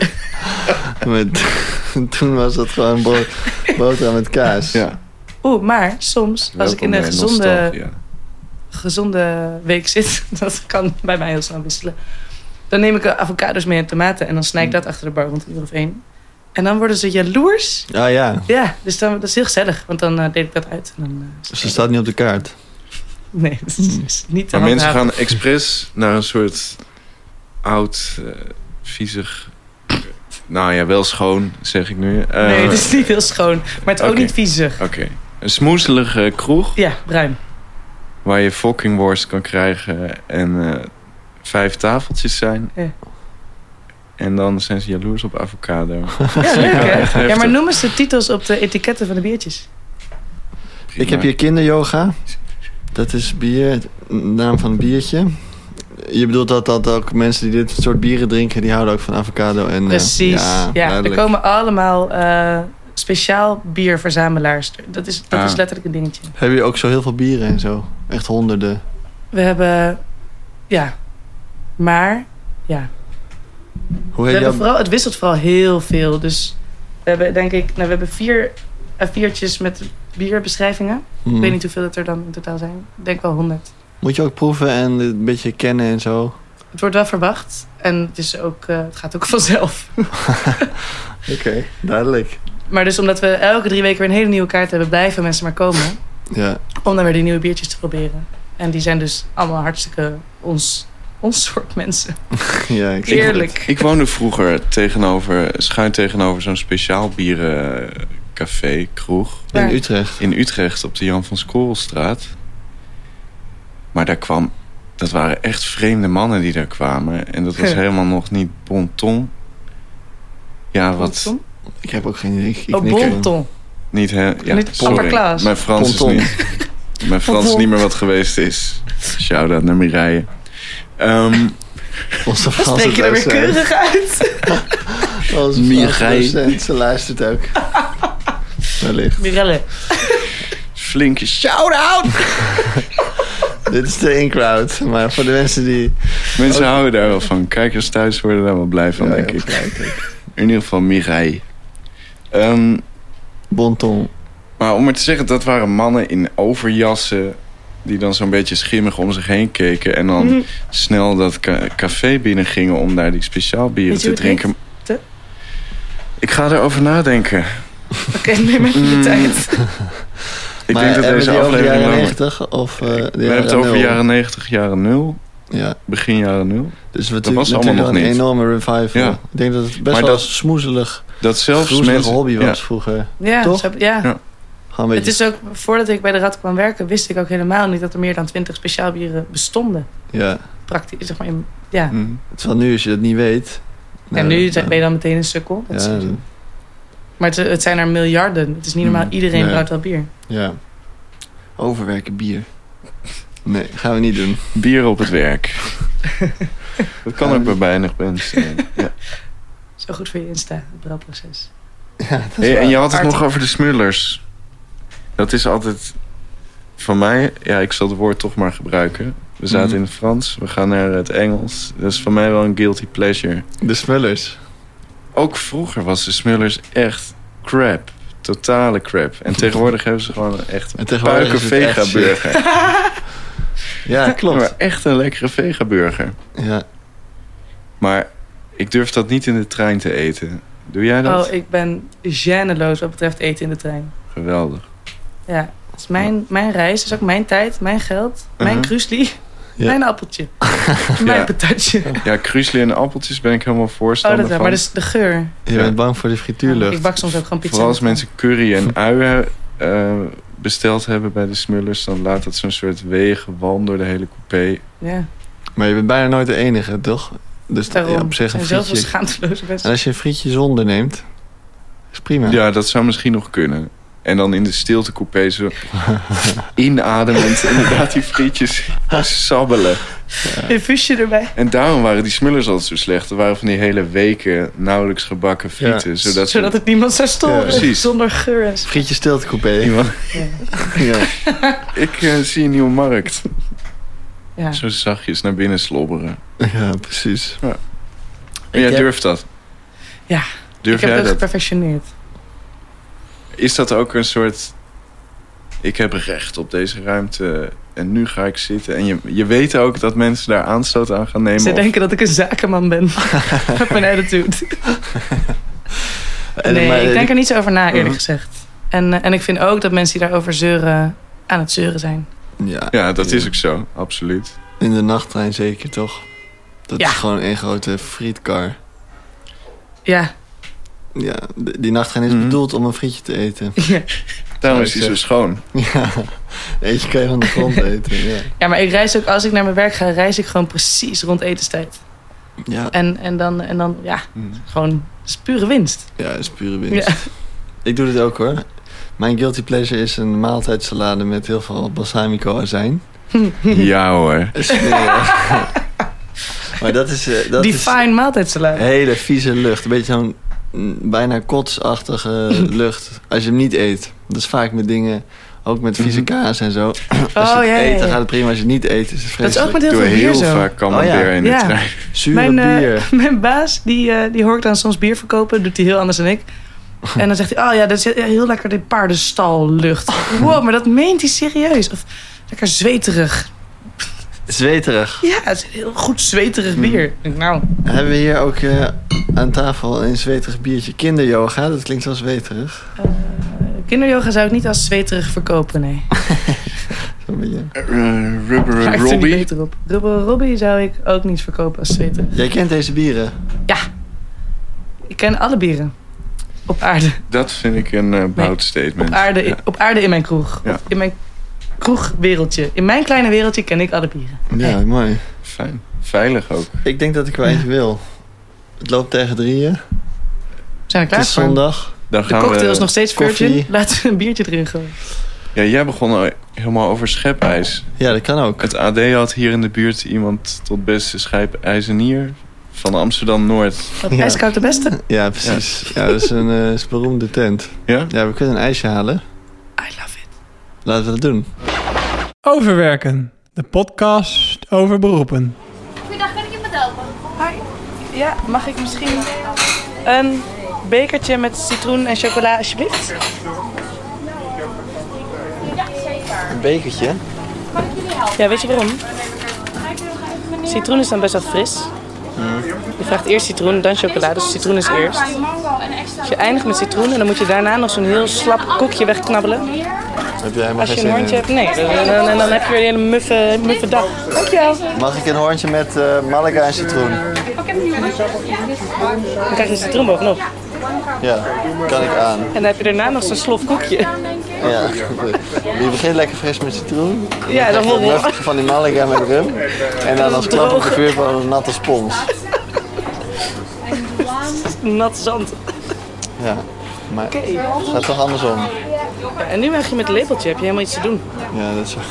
Toen was dat gewoon boterham met kaas. Ja. Maar soms, als ik in een gezonde week zit, dat kan bij mij heel snel wisselen, dan neem ik avocados mee en tomaten en dan snij ik dat achter de bar rond 1:00. En dan worden ze jaloers. Ah ja. Ja, dus dat is heel gezellig, want dan deed ik dat uit. En dan, dus dat staat niet op de kaart? Nee, dat is niet te Maar mensen handhaven. gaan expres naar een soort oud, viezig... Nou ja, wel schoon, zeg ik nu. Nee, het is niet heel schoon. Maar het is ook niet viezig. Oké. Een smoezelige kroeg. Ja, bruin. Waar je fuckingworst kan krijgen en 5 tafeltjes zijn. Ja. En dan zijn ze jaloers op avocado. Ja, leuk hè? Heftig. Ja, maar noem eens de titels op de etiketten van de biertjes. Prima. Ik heb hier kinderyoga. Dat is bier, de naam van een biertje. Je bedoelt dat ook mensen die dit soort bieren drinken, die houden ook van avocado. En, Precies. Ja, er duidelijk. komen allemaal speciaal bierverzamelaars. Dat is letterlijk een dingetje. Hebben jullie ook zo heel veel bieren en zo? Echt honderden? We hebben... Ja. Maar... Ja. Hoe heet jouw... Het wisselt vooral heel veel. Dus we hebben denk ik... we hebben 4 A4'tjes met bierbeschrijvingen. Ik weet niet hoeveel het er dan in totaal zijn. Ik denk wel 100. Moet je ook proeven en een beetje kennen en zo? Het wordt wel verwacht. En het, is ook, het gaat ook vanzelf. Oké, duidelijk. Maar dus omdat we elke 3 weken weer een hele nieuwe kaart hebben, blijven mensen maar komen. Ja. Om dan weer die nieuwe biertjes te proberen. En die zijn dus allemaal hartstikke ons soort mensen. Ja, Eerlijk. Ik woonde vroeger schuin tegenover zo'n speciaal bierencafé, kroeg. In Utrecht. In Utrecht op de Jan van Skorrelstraat. Maar dat waren echt vreemde mannen die daar kwamen. En dat was helemaal nog niet bon ton. Ja, wat... Bonton? Ik heb ook geen idee. Bonton. Niet ja, Niet sorry. Sinterklaas. Mijn Frans is Bonton. niet... Mijn Frans is niet meer wat geweest is. Shout-out naar Mireille. Onze Dan spreek je er weer keurig uit. Onze Mireille. Ze luistert ook. Wellicht. Mirelle. Flinke shout-out! Dit is de in-crowd. Maar voor de mensen die... Mensen houden daar wel van. Kijkers thuis worden daar wel blij van, denk ik. In ieder geval Mireille. Bonton. Maar om maar te zeggen, dat waren mannen in overjassen... die dan zo'n beetje schimmig om zich heen keken... en dan snel dat café binnen gingen... om daar die speciaal bieren te drinken. Ik ga erover nadenken. Oké, neem even de tijd. Ik denk dat deze aflevering jaren langer... 90 of we hebben het over jaren 90, jaren 0. Ja. Begin jaren 0. Dus dat was allemaal nog niet. Een enorme revival. Ja. Ik denk dat het best wel smoezelig... Dat zelfs mensen... hobby was vroeger. Ja, toch? Ja. Gewoon een beetje... Het is ook, voordat ik bij de Rad kwam werken... wist ik ook helemaal niet dat er meer dan 20 speciaalbieren bestonden. Ja. Praktisch, zeg maar. Ja. Terwijl nu, als je dat niet weet... En nu ben je dan meteen een sukkel. Maar het zijn er miljarden. Het is niet normaal. Iedereen brouwt wel bier. Ja. Overwerken bier. Nee, gaan we niet doen. Bier op het werk. Dat kan ook bij weinig mensen. Ja. Zo goed voor je Insta, het brouwproces. Ja, en je had het nog over de smullers. Dat is altijd... Van mij... Ja, ik zal het woord toch maar gebruiken. We zaten in het Frans. We gaan naar het Engels. Dat is voor mij wel een guilty pleasure. De smullers. Ook vroeger was de smullers echt crap. Totale crap. En tegenwoordig hebben ze gewoon echt een puiken vegaburger. Ja, klopt. Maar echt een lekkere vegaburger. Ja. Maar ik durf dat niet in de trein te eten. Doe jij dat? Oh, ik ben gêneloos wat betreft eten in de trein. Geweldig. Ja, het is mijn reis. Het is ook mijn tijd, mijn geld, mijn krusli. Ja. Mijn appeltje. Mijn patatje. Ja, krusli en appeltjes ben ik helemaal voorstander van. Maar dus de geur. Je bent bang voor de frituurlucht. Ik bak soms ook gewoon pizza. Vooral als mensen curry en uien besteld hebben bij de smullers... dan laat dat zo'n soort wegen walm door de hele coupé. Ja. Maar je bent bijna nooit de enige, toch? Dus daarom. Ja, op zich een frietje. Zoveel schaamteloze mensen. En als je een frietje zonder neemt, is prima. Ja, dat zou misschien nog kunnen. En dan in de stiltecoupé zo inademend inderdaad die frietjes sabbelen. Ja. Een visje erbij. En daarom waren die smullers altijd zo slecht. Er waren van die hele weken nauwelijks gebakken frieten. Ja. Zodat het niemand zou storen. Precies. Zonder geur en zo. Frietje stiltecoupé. Ja. Ik zie een nieuwe markt. Ja. Zo zachtjes naar binnen slobberen. Ja, precies. Ja. En jij durft dat? Ja. Durf ik heb jij het dat? geperfectioneerd. Is dat ook een soort... Ik heb recht op deze ruimte en nu ga ik zitten. En je weet ook dat mensen daar aanstoot aan gaan nemen. Ze denken dat ik een zakenman ben. Met mijn attitude. Nee, ik denk er niet zo over na, eerlijk gezegd. En ik vind ook dat mensen die daarover zeuren... aan het zeuren zijn. Ja, dat is ook zo. Absoluut. In de nachttrein zeker, toch? Dat is gewoon één grote frietkar. Ja. Ja, die nachttrein is bedoeld om een frietje te eten. Ja. Daarom is die zo schoon. Ja, eentje kan je van de grond eten. Ja, maar ik reis ook, als ik naar mijn werk ga, reis ik gewoon precies rond etenstijd. Ja. En dan ja, gewoon, dat is pure winst. Ja, dat is pure winst. Ja. Ik doe dit ook hoor. Mijn guilty pleasure is een maaltijdsalade met heel veel balsamico azijn. Ja hoor. Maar dat is... Define maaltijdsalade. Hele vieze lucht. Een beetje zo'n bijna kotsachtige lucht. Als je hem niet eet. Dat is vaak met dingen... Ook met vieze kaas en zo. Als je het eet, dan gaat het prima. Als je het niet eet, is het vreselijk. Dat is ook met heel veel bier zo. Heel vaak camembert in de trein. Zure bier. Mijn baas, die hoor ik dan soms bier verkopen. Doet hij heel anders dan ik. En dan zegt hij, oh ja, dat is heel lekker die paardenstallucht. Wow, maar dat meent hij serieus. Of lekker zweterig. Zweterig? Ja, het is een heel goed zweterig bier. Nou. Hebben we hier ook aan tafel een zweterig biertje? Kinderyoga, dat klinkt wel zweterig. Kinderyoga zou ik niet als zweterig verkopen, nee. Rubber Robbie? Rubber Robbie zou ik ook niet verkopen als zweterig. Jij kent deze bieren? Ja. Ik ken alle bieren. Op aarde. Dat vind ik een bold statement. Op aarde in mijn kroeg. Ja. In mijn kroegwereldje. In mijn kleine wereldje ken ik alle bieren. Ja, mooi. Fijn. Veilig ook. Ik denk dat ik wel eentje wil. Het loopt tegen 3:00. Zijn we klaar Het is zondag. Dan de cocktail is nog steeds virgin. Koffie. Laten we een biertje erin gooien. Ja, jij begon helemaal over schepijs. Ja, dat kan ook. Het AD had hier in de buurt iemand tot beste schepijzenier van Amsterdam-Noord. IJskoud de beste. Ja, precies. Ja, dat is een beroemde tent. Ja? Ja, we kunnen een ijsje halen. I love it. Laten we dat doen. Overwerken, de podcast over beroepen. Goeiedag, kan ik je wat helpen? Hi. Ja, mag ik misschien een bekertje met citroen en chocola, alsjeblieft? Ja, zeker. Een bekertje? Kan ik jullie helpen? Ja, weet je waarom? Citroen is dan best wel fris. Je vraagt eerst citroen, dan chocola, dus citroen is eerst. Mango en extra. Dus je eindigt met citroen en dan moet je daarna nog zo'n heel slap koekje wegknabbelen. Heb jij helemaal Als je geen een zin hoortje in? hebt, nee. En dan heb je weer een hele muffe dag. Dankjewel. Mag ik een hoorntje met Malaga en citroen? Dan krijg je citroen bovenop. Ja, kan ik aan. En dan heb je daarna nog zo'n slof koekje. Ja. Je begint lekker fris met citroen. Ja, dan Een wel muffetje van die Malaga met rum. En dan als klap op de vuur van een natte spons. nat zand. Ja, maar Oké. het gaat toch andersom? Ja, en nu mag je met een lepeltje, heb je helemaal iets te doen. Ja, dat is zo.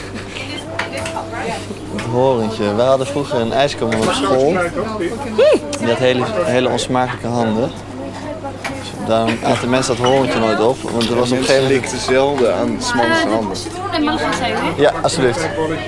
Het horentje. We hadden vroeger een ijskomer op school. Die had hele onsmakelijke handen. Dus daarom aten mensen dat horentje nooit op. Want er was op een gegeven moment... likte zelden aan Smans handen. Citroen en Malaga zei u? Ja, alsjeblieft.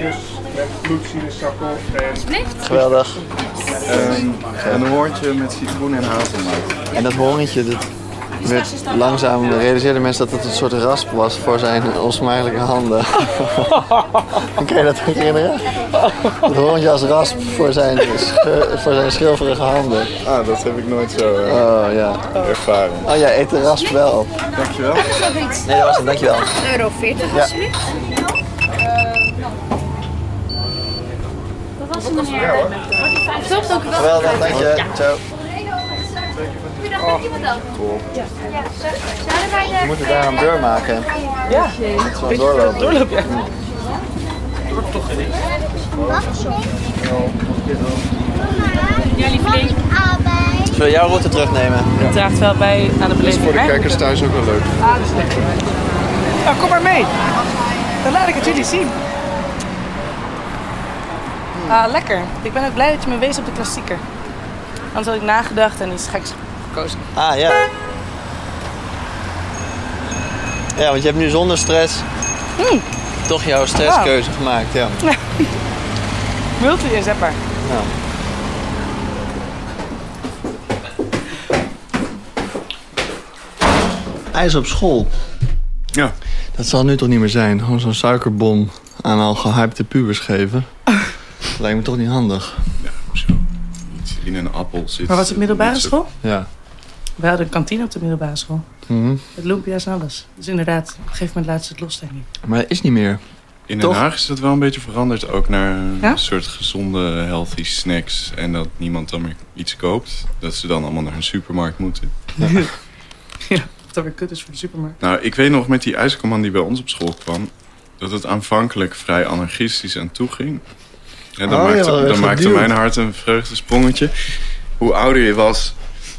Alsjeblieft. Geweldig. Een hoortje met citroen en hazelnoot. En dat horentje, dat werd langzaam realiseerden mensen dat het een soort rasp was voor zijn onsmakelijke handen. Kan je dat ook herinneren? Het horentje als rasp voor zijn schilferige handen. Ah, dat heb ik nooit zo Oh ja. ervaren. Oh ja, eet de rasp wel op. Dankjewel. Nee, dat was het, dankjewel. €40 Ja. alsjeblieft. Dat was hem meneer. Top, dank u wel. Geweldig, dank je. Ciao. Goeiedag, kan ik je wat helpen? Ja, zeg. Zouden wij We moeten daar een deur maken. Ja, Zo'n doorlopen. doorloop ja. Ja, lieveling. Zullen we jouw route terugnemen? Het draagt wel bij aan de beleving. Voor de hè? kijkers thuis ook wel leuk. Ah, dat is lekker. Nou, kom maar mee. Dan laat ik het jullie zien. Ah, lekker. Ik ben ook blij dat je me wees op de klassieker. Anders had ik nagedacht en iets geks gekozen. Ah ja. Ja, want je hebt nu zonder stress toch jouw stresskeuze gemaakt. Ja. Multi-inzetbaar. Ja. IJs op school. Ja. Dat zal nu toch niet meer zijn. Gewoon zo'n suikerbom aan al gehypte pubers geven. Dat lijkt me toch niet handig. Zo. Iets in een appel zit. Maar was het middelbare school? Ja. We hadden een kantine op de middelbare school. Mhm. Met lumpia's en alles. Dus inderdaad, op een gegeven moment laat ze het los, denk ik. Maar dat is niet meer. In Den Toch? Haag is dat wel een beetje veranderd. Ook naar Ja? een soort gezonde, healthy snacks. En dat niemand dan meer iets koopt. Dat ze dan allemaal naar een supermarkt moeten. Wat dan weer kut is voor de supermarkt. Nou, ik weet nog met die ijskoman die bij ons op school kwam... dat het aanvankelijk vrij anarchistisch aan toe ging. En dan Oh, ja, maakte, dat werd dan maakte geduwd. mijn hart een vreugdesprongetje. Hoe ouder je was...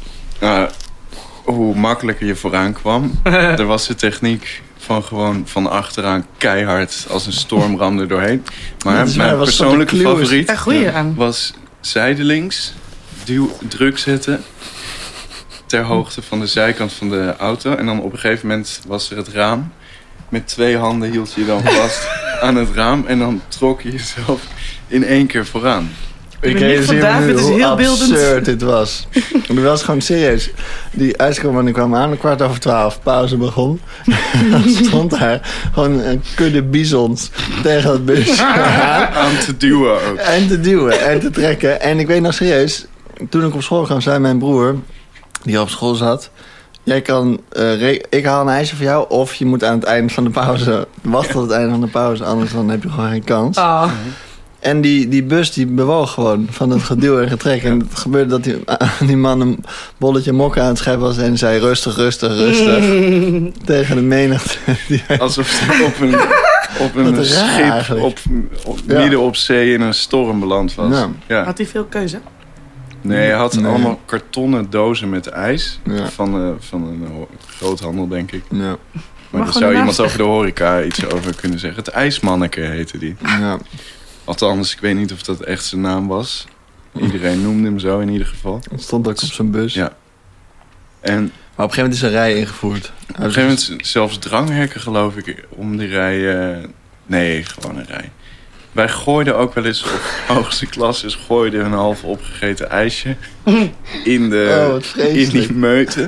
hoe makkelijker je vooraan kwam. Er was de techniek van gewoon van achteraan keihard als een stormram er doorheen. Maar Dat is waar, mijn was persoonlijke toch de clue? favoriet Daar groei je aan. was zijdelings druk zetten ter hoogte van de zijkant van de auto. En dan op een gegeven moment was er het raam. Met 2 handen hield je je dan vast aan het raam. En dan trok je jezelf in 1 keer vooraan. Ik mimiek van realiseer me David nu is hoe heel beeldend. absurd dit was. Maar dat was gewoon serieus. Die ijskoman die kwam aan, 12:15, pauze begon. Dan stond daar gewoon een kudde bizons tegen het busje Aan te duwen ook. en te duwen en te trekken. En ik weet nog serieus, toen ik op school kwam, zei mijn broer, die op school zat... Jij kan, ik haal een ijsje voor jou, of je moet aan het einde van de pauze wachten tot het einde van de pauze, anders dan heb je gewoon geen kans. Oh. En die bus die bewoog gewoon van het geduw en getrek. En het gebeurde dat die man een bolletje mok aan het scheppen was en zei rustig, rustig, rustig. Tegen de menigte. Alsof ze op een Wat raar schip eigenlijk. Ja. Midden op zee in een storm beland was. Ja. Ja. Had hij veel keuze? Nee, hij had Nee. allemaal kartonnen dozen met ijs. Ja. Van een groothandel, denk ik. Ja. Maar daar zou iemand over de horeca iets over kunnen zeggen. Het IJsmanneke heette die. Ja. Althans, ik weet niet of dat echt zijn naam was. Iedereen noemde hem zo in ieder geval. Het stond ook op zijn bus. Ja. En maar op een gegeven moment is een rij ingevoerd. Op een gegeven moment zelfs dranghekken, geloof ik, om die rij... nee, gewoon een rij. Wij gooiden ook wel eens, op hoogste klasses, gooiden een half opgegeten ijsje in die meute.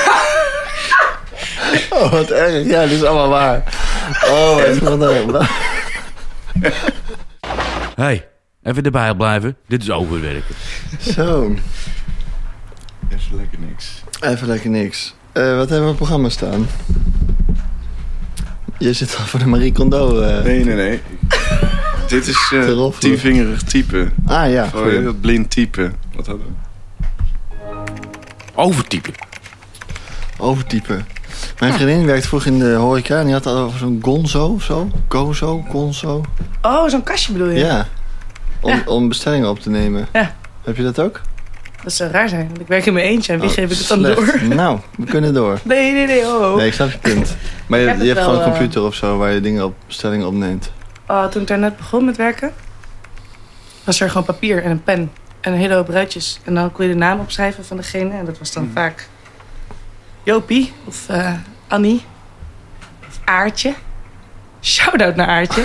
Oh, wat erg. Ja, dit is allemaal waar. Oh, wat Hey, even erbij blijven. Dit is overwerken. Zo. Even lekker niks. Wat hebben we op het programma staan? Je zit al voor de Marie Kondo. Nee. Dit is tienvingerig typen. Ah ja. Voor dat blind typen. Wat hadden we? Overtypen. Mijn vriendin werkt vroeger in de horeca en die had al over zo'n gonzo of zo. Gonzo. Oh, zo'n kastje bedoel je? Ja. Om bestellingen op te nemen. Ja. Heb je dat ook? Dat zou raar zijn, want ik werk in mijn eentje en wie geef ik het dan slecht. door? Nou, we kunnen door. Nee, oh. Nee, ik snap je punt. Maar je hebt wel, gewoon een computer of zo waar je dingen op bestellingen opneemt. Toen ik daar net begon met werken, was er gewoon papier en een pen en een hele hoop ruitjes. En dan kon je de naam opschrijven van degene en dat was dan vaak Jopie of Annie of Aartje. Shout-out naar Aartje.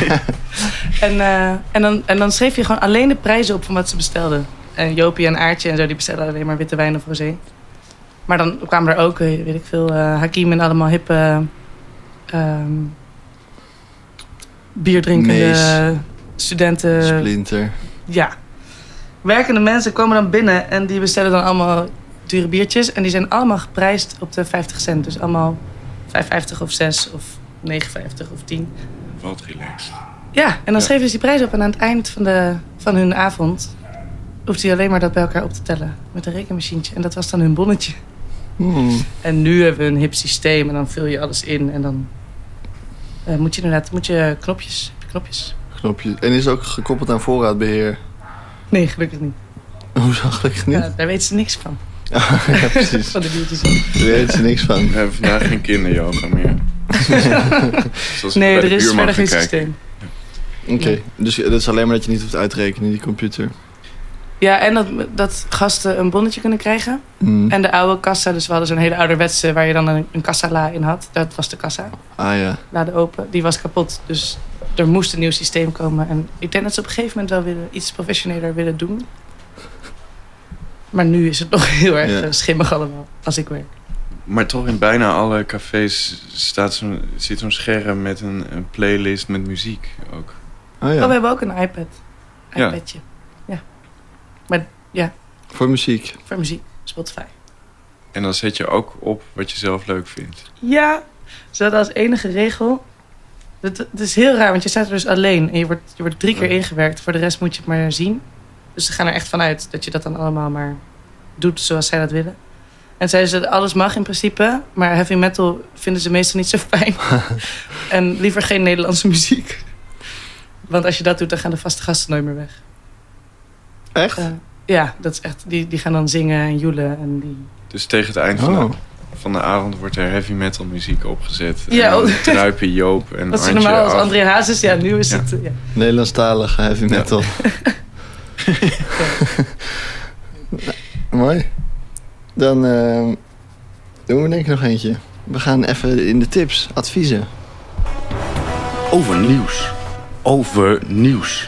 en dan schreef je gewoon alleen de prijzen op van wat ze bestelden. En Jopie en Aartje en zo, die bestellen alleen maar witte wijn of rosé. Maar dan kwamen er ook, weet ik veel, Hakim en allemaal hippe bierdrinkende studenten. Splinter. Ja. Werkende mensen komen dan binnen en die bestellen dan allemaal dure biertjes. En die zijn allemaal geprijsd op de 50 cent. Dus allemaal 5,50 of 6 of 9,50 of 10. Wat relaxed. Ja, en dan schreven ze die prijs op. En aan het eind van hun avond hoeft hij alleen maar dat bij elkaar op te tellen. Met een rekenmachientje. En dat was dan hun bonnetje. En nu hebben we een hip systeem. En dan vul je alles in. En dan moet je knopjes. Knopjes. En is het ook gekoppeld aan voorraadbeheer? Nee, gelukkig niet. Hoezo gelukkig niet? Ja, daar weten ze niks van. Ja, precies. Van de biertjes. Daar weten ze niks van. We hebben vandaag geen kinderyoga meer. Nee, er is verder geen systeem. Oké, dus dat is alleen maar dat je niet hoeft uit te rekenen, die computer. Ja, en dat gasten een bonnetje kunnen krijgen. En de oude kassa, dus we hadden zo'n hele ouderwetse waar je dan een kassala in had. Dat was de kassa. Ah ja. Lade open. Die was kapot. Dus er moest een nieuw systeem komen. En ik denk dat ze op een gegeven moment wel iets professioneler willen doen. Maar nu is het nog heel erg schimmig allemaal, als ik werk. Maar toch in bijna alle cafés zit zo'n scherm met een playlist met muziek ook. Oh ja. We hebben ook een iPadje. Ja. Maar ja. Voor muziek? Voor muziek. Spotify. En dan zet je ook op wat je zelf leuk vindt? Ja. Ze hadden als enige regel... Het is heel raar, want je staat er dus alleen. En je wordt 3 keer ingewerkt. Voor de rest moet je het maar zien. Dus ze gaan er echt vanuit dat je dat dan allemaal maar doet zoals zij dat willen. En zeiden ze, alles mag in principe. Maar heavy metal vinden ze meestal niet zo fijn. En liever geen Nederlandse muziek. Want als je dat doet, dan gaan de vaste gasten nooit meer weg. Echt? Ja, dat is echt. Die gaan dan zingen en joelen. En Dus tegen het eind van de avond wordt er heavy metal muziek opgezet. Ja, en dan druipen Joop en dat is Antje normaal als af. André Hazes. Ja, nu is het... Ja. Nederlandstalige heavy metal. Mooi. Dan doen we denk ik nog eentje. We gaan even in de tips, adviezen. Over nieuws.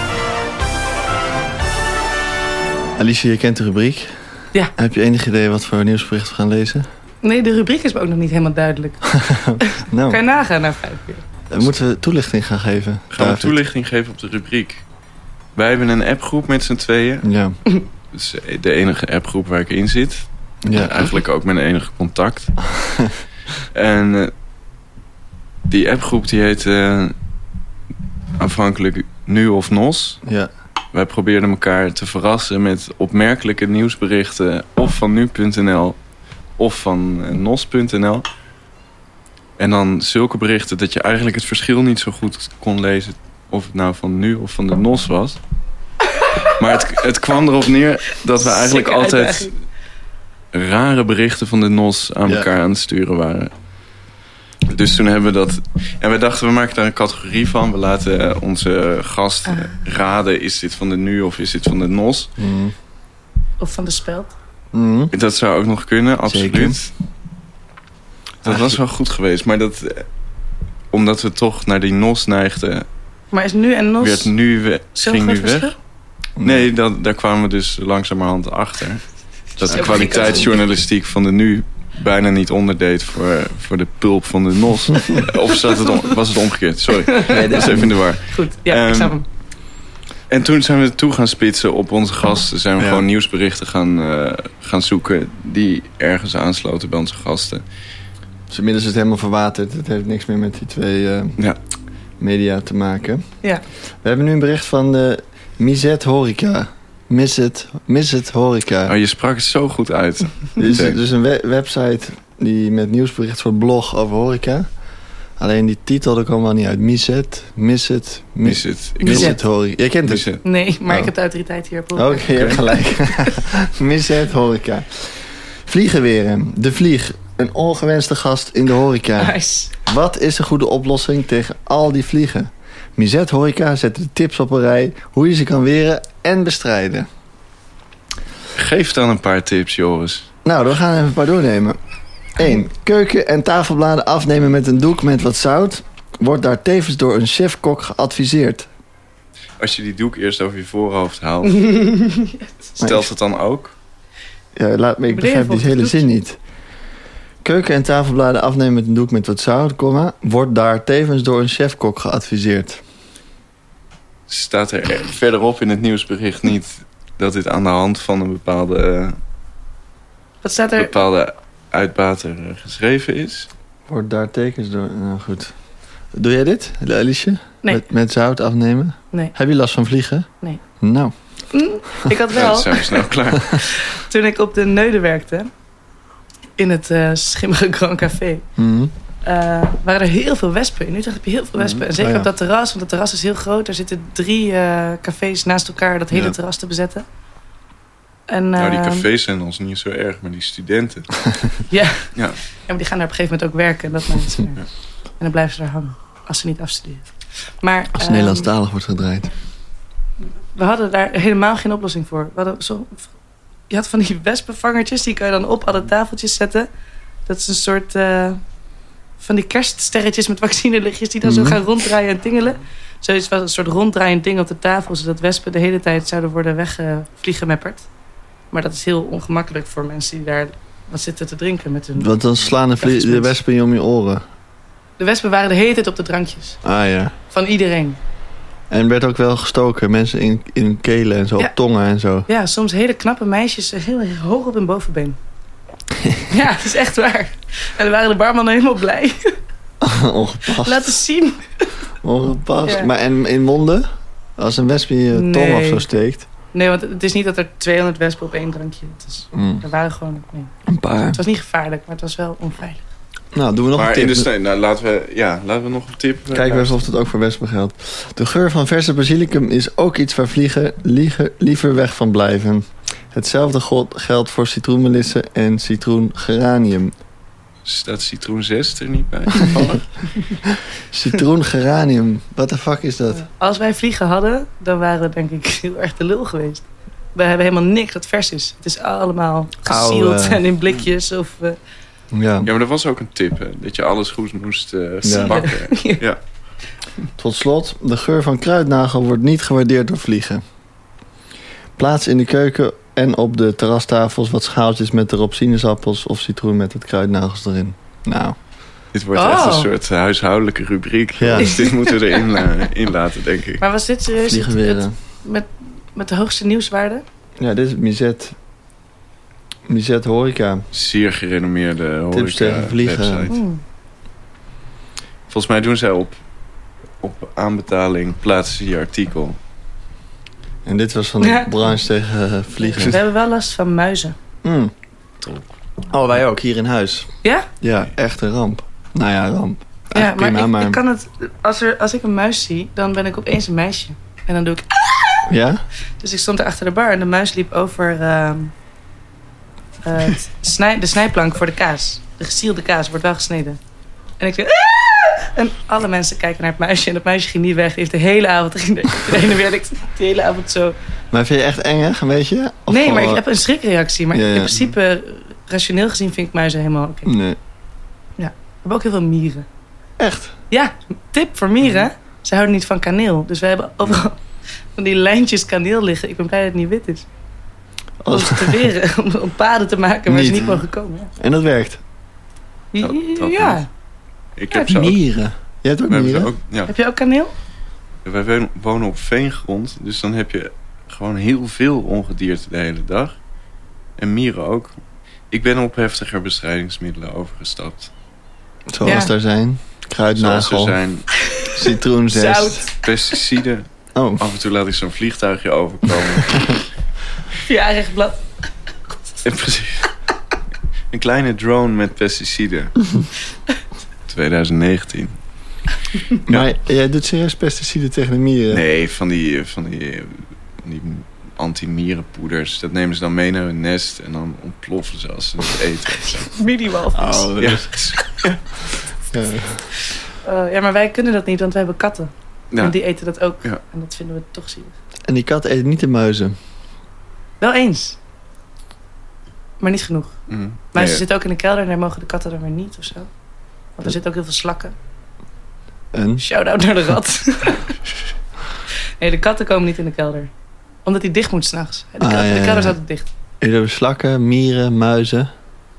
Alicia, je kent de rubriek. Ja. Heb je enig idee wat voor nieuwsbericht we gaan lezen? Nee, de rubriek is me ook nog niet helemaal duidelijk. Nou. Kan je nagaan na 5 keer. Moeten we toelichting gaan geven? Gaan we toelichting geven op de rubriek? Wij hebben een appgroep met z'n tweeën. Ja. Dat is de enige appgroep waar ik in zit. Ja. Eigenlijk ook mijn enige contact. En die appgroep die heet aanvankelijk Nu of Nos. Ja. Wij probeerden elkaar te verrassen met opmerkelijke nieuwsberichten. Of van nu.nl of van nos.nl. En dan zulke berichten dat je eigenlijk het verschil niet zo goed kon lezen. Of het nou van nu of van de nos was. Maar het kwam erop neer dat we eigenlijk altijd rare berichten van de nos aan elkaar aan het sturen waren. Dus toen hebben we dat... En we dachten, we maken daar een categorie van. We laten onze gast raden... is dit van de Nu of is dit van de NOS? Mm. Of van de Speld. Mm. Dat zou ook nog kunnen, absoluut. Zeker. Dat was wel goed geweest. Maar dat... Omdat we toch naar die NOS neigden... Maar is Nu en NOS... Werd nu zo'n ging groot nu weg. verschil? Nee, daar kwamen we dus langzamerhand achter. Dat de Zo kwaliteitsjournalistiek van de Nu... bijna niet onderdeed voor de pulp van de NOS. Of was het omgekeerd? Sorry, dat is even in de war. Goed, ja, ik snap hem. En toen zijn we toe gaan spitsen op onze gasten. Zijn we gewoon nieuwsberichten gaan zoeken... die ergens aansloten bij onze gasten. Dus inmiddels is het helemaal verwaterd. Het heeft niks meer met die twee media te maken. Ja. We hebben nu een bericht van de Mizet Horeca. Mizet Horeca. Oh, je sprak het zo goed uit. Dit is dus een website die met nieuwsbericht voor blog over horeca. Alleen die titel, daar kwam wel niet uit. Mizet Horeca. Jij kent het? Nee, maar ik heb de autoriteit hier op. Oké, je hebt gelijk. Mizet Horeca. Vliegenweren. De Vlieg. Een ongewenste gast in de horeca. Nice. Wat is een goede oplossing tegen al die vliegen? Mizet Horeca zet de tips op een rij hoe je ze kan weren en bestrijden. Geef dan een paar tips, Joris. Nou, we gaan even een paar doornemen. 1. Keuken- en tafelbladen afnemen met een doek met wat zout. Wordt daar tevens door een chef-kok geadviseerd. Als je die doek eerst over je voorhoofd haalt... stelt het dan ook? Ja, ik begrijp die hele zin niet. Keuken- en tafelbladen afnemen met een doek met wat zout, wordt daar tevens door een chef-kok geadviseerd. Staat er verderop in het nieuwsbericht niet... dat dit aan de hand van een bepaalde uitbater geschreven is? Wordt daar tekens door... Nou goed. Doe jij dit, Alice? Nee. Met zout afnemen? Nee. Heb je last van vliegen? Nee. Nou. Ik had wel... Dat zijn we snel klaar. Toen ik op de Neude werkte... in het schimmige Grand Café... waren er heel veel wespen. In Utrecht heb je heel veel wespen. En zeker op dat terras, want het terras is heel groot. Er zitten 3 cafés naast elkaar dat hele terras te bezetten. En, nou, die cafés zijn ons niet zo erg, maar die studenten. ja, maar die gaan daar op een gegeven moment ook werken. Dat maakt het zo erg. En dan blijven ze daar hangen. Als ze niet afstuderen. Maar, als het Nederlandstalig wordt gedraaid. We hadden daar helemaal geen oplossing voor. Je had van die wespenvangertjes. Die kan je dan op alle tafeltjes zetten. Dat is een soort... van die kerststerretjes met vaccinelichtjes die dan zo gaan ronddraaien en tingelen. Zoiets was een soort ronddraaiend ding op de tafel, zodat wespen de hele tijd zouden worden weggevliegemepperd. Maar dat is heel ongemakkelijk voor mensen die daar wat zitten te drinken met hun... Want dan slaan de wespen je om je oren. De wespen waren de hele tijd op de drankjes. Ah ja. Van iedereen. En werd ook wel gestoken, mensen in hun kelen en zo, op tongen en zo. Ja, soms hele knappe meisjes heel hoog op hun bovenbeen. Ja, dat is echt waar. En dan waren de barmannen helemaal blij. Ongepast. Laat eens zien. Ongepast. Ja. Maar en in monden? Als een wesp in je tong of zo steekt? Nee, want het is niet dat er 200 wespen op 1 drankje... Er waren gewoon... Nee. Een paar. Het was niet gevaarlijk, maar het was wel onveilig. Nou, doen we nog een tip. Laten we nog een tip... Kijken we eens of het ook voor wespen geldt. De geur van verse basilicum is ook iets waar vliegen liever weg van blijven. Hetzelfde geldt voor citroenmelisse en citroengeranium. Staat citroen 6 er niet bij? Citroengeranium, what the fuck is dat? Als wij vliegen hadden, dan waren we denk ik heel erg de lul geweest. We hebben helemaal niks dat vers is. Het is allemaal gesield en in blikjes. Ja, maar er was ook een tip, hè, dat je alles goed moest bakken. Ja. Tot slot, de geur van kruidnagel wordt niet gewaardeerd door vliegen. Plaats in de keuken en op de terrastafels wat schaaltjes met erop sinaasappels of citroen met het kruidnagels erin. Nou. Dit wordt echt een soort huishoudelijke rubriek. Ja. Dus dit moeten we erin laten, denk ik. Maar was dit serieus met de hoogste nieuwswaarde? Ja, dit is Mizet Horeca. Zeer gerenommeerde horeca. Tips tegen vliegen. Volgens mij doen zij op aanbetaling plaatsen die artikel. En dit was van de branche tegen vliegen. We hebben wel last van muizen. Oh, wij ook, hier in huis. Ja? Ja, echt een ramp. Nou ja, ramp. Ja, maar ik kan het... Als ik een muis zie, dan ben ik opeens een meisje. En dan doe ik... Ja? Dus ik stond er achter de bar en de muis liep over de snijplank voor de kaas. De gesielde kaas wordt wel gesneden. En ik zeg... "Ah!" En alle mensen kijken naar het meisje. En het meisje ging niet weg. Die heeft de hele avond... De ene werkt de hele avond zo... Maar vind je echt eng, een beetje? Of nee, maar gewoon- ik heb een schrikreactie. Maar Ja. in principe, rationeel gezien, vind ik muizen helemaal oké. Nee. We hebben ook heel veel mieren. Echt? Ja, tip voor mieren. Ze houden niet van kaneel. Dus we hebben overal van die lijntjes kaneel liggen. Ik ben blij dat het niet wit is. Om ze te weren, om paden te maken waar ze Niet. niet mogen komen. En dat werkt? Dat Ja. niet. Ik heb ze ook. Mieren. Jij hebt ook We hebben ze mieren? ook ja. Heb je ook kaneel? Wij wonen op veengrond, dus dan heb je gewoon heel veel ongedierte de hele dag. En mieren ook. Ik ben op heftiger bestrijdingsmiddelen overgestapt. Zoals Ja. daar zijn. Zoals Kruidnagel, er zijn citroenzest. Zout. pesticiden. Oh, Af en toe laat ik zo'n vliegtuigje overkomen. Via rechtblad. En precies. Een kleine drone met pesticiden. 2019. maar jij doet serieus pesticiden tegen de mieren? Nee, van die anti-mierenpoeders. Dat nemen ze dan mee naar hun nest en dan ontploffen ze als ze het eten. Mini-walvis. Oh, Ja. ja. Ja, maar wij kunnen dat niet, want wij hebben katten. Ja. En die eten dat ook. Ja. En dat vinden we toch zielig. En die kat eet niet de muizen. Wel eens. Maar niet genoeg. Mm. Maar ze Nee, zitten ook in de kelder en daar mogen de katten dan weer niet of zo. Want er zitten ook heel veel slakken. En? Shout-out naar de rat. Nee, de katten komen niet in de kelder. Omdat die dicht moet s'nachts. De Ah, ja, ja. kelder is altijd dicht. Jullie hebben slakken, mieren, muizen.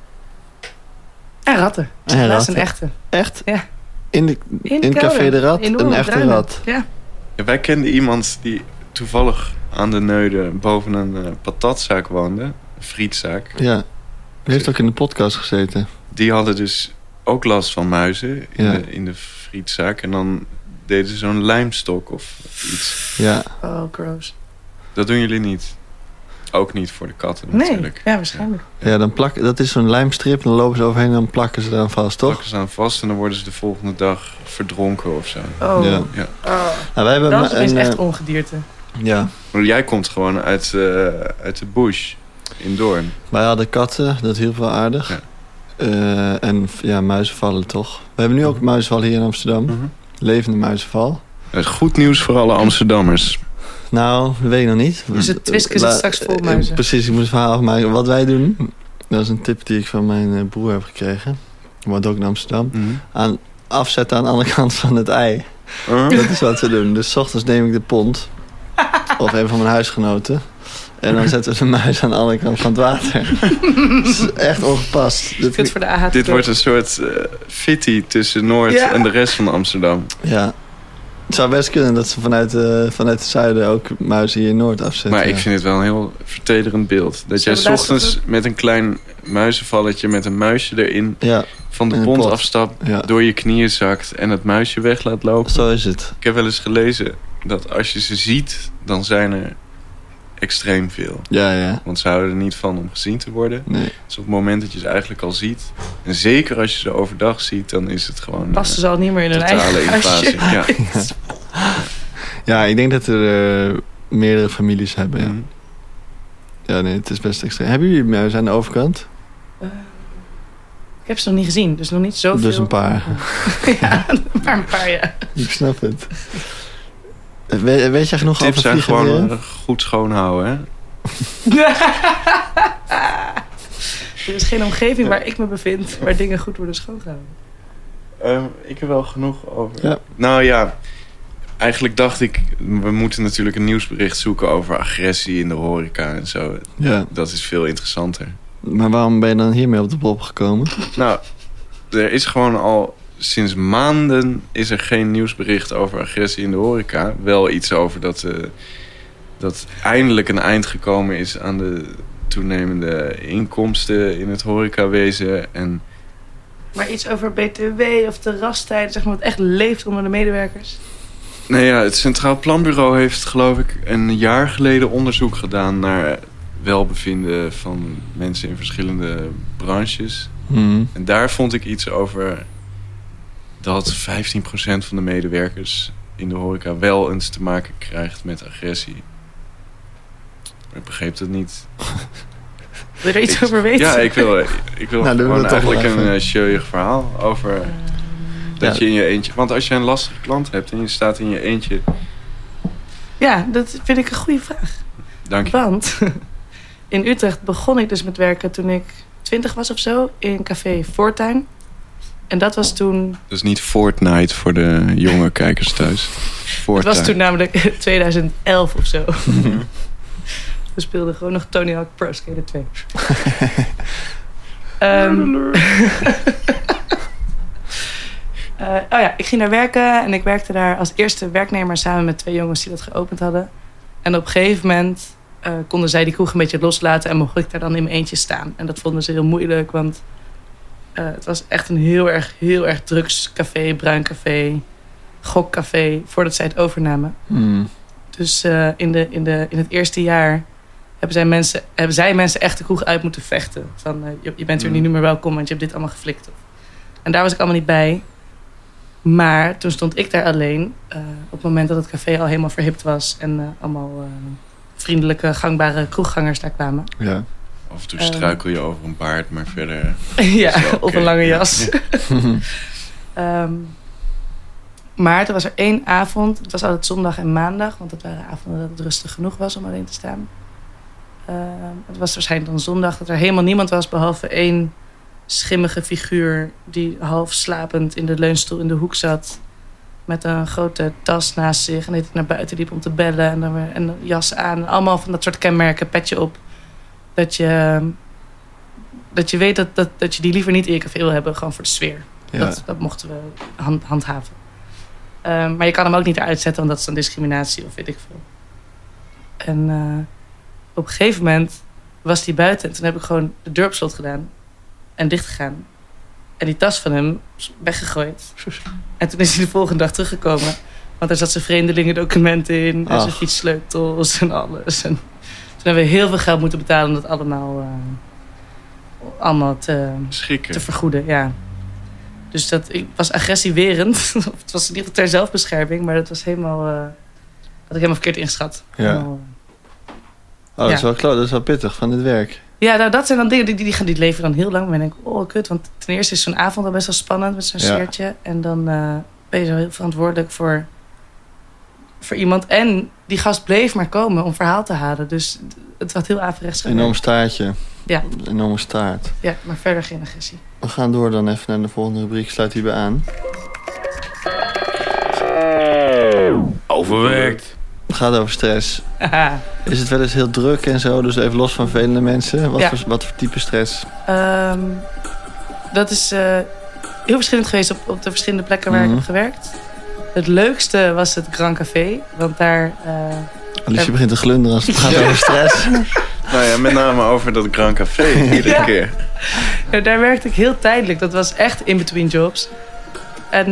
En ratten. En Dat is ratten. een echte. Echt? Ja. In de Café kelder. de Rat? Enorme Een echte bruine. rat? Ja. Ja, wij kenden iemand die toevallig aan de Neude boven een patatzaak woonde. Een frietzaak. Ja. Die heeft ook in de podcast gezeten. Die hadden dus ook last van muizen Ja. in de frietzaak. En dan deden ze zo'n lijmstok of iets. Ja. Oh, gross. Dat doen jullie niet. Ook niet voor de katten Nee, natuurlijk. ja, waarschijnlijk. Ja, dan dat is zo'n lijmstrip. Dan lopen ze overheen en dan plakken ze dan vast, toch? Plakken ze aan vast en dan worden ze de volgende dag verdronken of zo. Oh. Ja. Ja. Oh. Nou, wij hebben Dat is opeens een, echt ongedierte. ja. Maar jij komt gewoon uit de bush in Doorn. Wij hadden katten, dat hielp wel aardig. Ja. En ja, muizenvallen toch. We hebben nu ook muizenval hier in Amsterdam. Levende muizenval. Dat is goed nieuws voor alle Amsterdammers. Nou, dat weet ik nog niet. Dus het Twiske zit straks vol muizen. Precies, ik moet het verhaal afmaken. Wat wij doen, dat is een tip die ik van mijn broer heb gekregen. Die woont ook in Amsterdam. Afzetten aan de andere kant van het ei. Dat is wat we doen. Dus 's ochtends neem ik de pont. Of een van mijn huisgenoten. En dan zetten we de muis aan de andere kant van het water. Dat is echt ongepast. Kut voor de AH. Dit wordt een soort fitty tussen Noord Ja. en de rest van Amsterdam. Ja. Het zou best kunnen dat ze vanuit het zuiden ook muizen hier in Noord afzetten. Maar ik vind het wel een heel vertederend beeld. Dat jij Zullen 's we daar ochtends zo- met een klein muizenvalletje met een muisje erin Ja, van de in een pont pot. afstapt, Ja. door je knieën zakt en het muisje weg laat lopen. zo is het. Ik heb wel eens gelezen dat als je ze ziet, dan zijn er extreem veel. Ja, ja. Want ze houden er niet van om gezien te worden. Nee. Dus op het moment dat je ze eigenlijk al ziet, en zeker als je ze overdag ziet, dan is het gewoon Passen ze al niet meer in hun totale eigen huisje. invasie. Ja. Ja, ik denk dat er meerdere families hebben, ja. Mhm. Ja, nee, het is best extreem. Hebben jullie muizen aan de overkant? Ik heb ze nog niet gezien, dus nog niet zoveel. Dus een paar. Ja, maar een paar, ja. Ik snap het. Weet jij genoeg Tips over zijn vliegen gewoon weer? goed schoonhouden, hè? Er is geen omgeving waar ik me bevind waar dingen goed worden schoongehouden. Ik heb wel genoeg over. Ja. Nou ja, eigenlijk dacht ik, we moeten natuurlijk een nieuwsbericht zoeken over agressie in de horeca en zo. Ja, Dat is veel interessanter. maar waarom ben je dan hiermee op de pop gekomen? Nou, er is gewoon al sinds maanden is er geen nieuwsbericht over agressie in de horeca. Wel iets over dat eindelijk een eind gekomen is aan de toenemende inkomsten in het horecawezen. En Maar iets over BTW of terrastijden, zeg maar, wat echt leeft onder de medewerkers. nou ja, het Centraal Planbureau heeft geloof ik een jaar geleden onderzoek gedaan naar welbevinden van mensen in verschillende branches. En daar vond ik iets over dat 15% van de medewerkers in de horeca wel eens te maken krijgt met agressie. Maar ik begreep dat niet. Wil je er iets over weten? Ja, ik wil Nou, doen we gewoon dat toch eigenlijk wel een even. showig verhaal over Dat je in je eentje... Want als je een lastige klant hebt en je staat in je eentje... Ja, dat vind ik een goede vraag. Dank je. Want in Utrecht begon ik dus met werken toen ik 20 was of zo. In café Voortuin. En dat was toen... Dus niet Fortnite voor de jonge kijkers thuis. Fortnite. Het was toen namelijk 2011 of zo. We speelden gewoon nog Tony Hawk Pro Skater 2. Ik ging daar werken en ik werkte daar als eerste werknemer samen met 2 jongens die dat geopend hadden. En op een gegeven moment konden zij die kroeg een beetje loslaten en mocht ik daar dan in mijn eentje staan. En dat vonden ze heel moeilijk, want het was echt een heel erg drugscafé, bruin café, gokcafé, voordat zij het overnamen. Dus in het eerste jaar hebben zij mensen echt de kroeg uit moeten vechten. Van, je bent hier niet meer welkom, want je hebt dit allemaal geflikt. En daar was ik allemaal niet bij. Maar toen stond ik daar alleen. Op het moment dat het café al helemaal verhipt was. En allemaal vriendelijke, gangbare kroeggangers daar kwamen. Ja. Af en toe struikel je over een baard, maar verder... Ja, okay. of een lange jas. Maar er was er 1 avond. Het was altijd zondag en maandag. Want dat waren avonden dat het rustig genoeg was om alleen te staan. Het was waarschijnlijk dan zondag dat er helemaal niemand was... behalve 1 schimmige figuur die half slapend in de leunstoel in de hoek zat. Met een grote tas naast zich. En dat hij naar buiten liep om te bellen. En dan weer een jas aan. Allemaal van dat soort kenmerken, petje op. Dat je weet dat je die liever niet in je café wil hebben. Gewoon voor de sfeer. Ja. Dat mochten we handhaven. Maar je kan hem ook niet eruit zetten. Want dat is dan discriminatie of weet ik veel. En op een gegeven moment was hij buiten. En toen heb ik gewoon de deur op slot gedaan. En dichtgegaan. En die tas van hem weggegooid. En toen is hij de volgende dag teruggekomen. Want daar zat zijn vreemdelingendocumenten in. En zijn fietssleutels en alles. En toen hebben we heel veel geld moeten betalen om dat allemaal te vergoeden. Ja. Dus ik was agressiewerend. Het was in ieder geval ter zelfbescherming. Maar dat was helemaal... had ik helemaal verkeerd ingeschat. Ja. Helemaal, dat is wel kloot. Dat is wel pittig van dit werk. Ja, nou, dat zijn dan dingen die leven dan heel lang. Maar dan denk ik, kut. Want ten eerste is zo'n avond al best wel spannend met zo'n sfeertje. En dan ben je zo heel verantwoordelijk voor iemand. En die gast bleef maar komen om verhaal te halen. Dus het was heel averechts. Enorm staartje. Ja. Een enorme staart. Ja, maar verder geen agressie. We gaan door dan even naar de volgende rubriek. Sluit hierbij aan. Overwerkt. Het gaat over stress. Is het wel eens heel druk en zo? Dus even los van vervelende mensen. Wat voor type stress? Dat is heel verschillend geweest op de verschillende plekken waar ik heb gewerkt. Het leukste was het Grand Café. Want daar... Alicia begint te glunderen als het gaat over stress. Nou ja, met name over dat Grand Café iedere keer. Ja, daar werkte ik heel tijdelijk. Dat was echt in-between jobs. En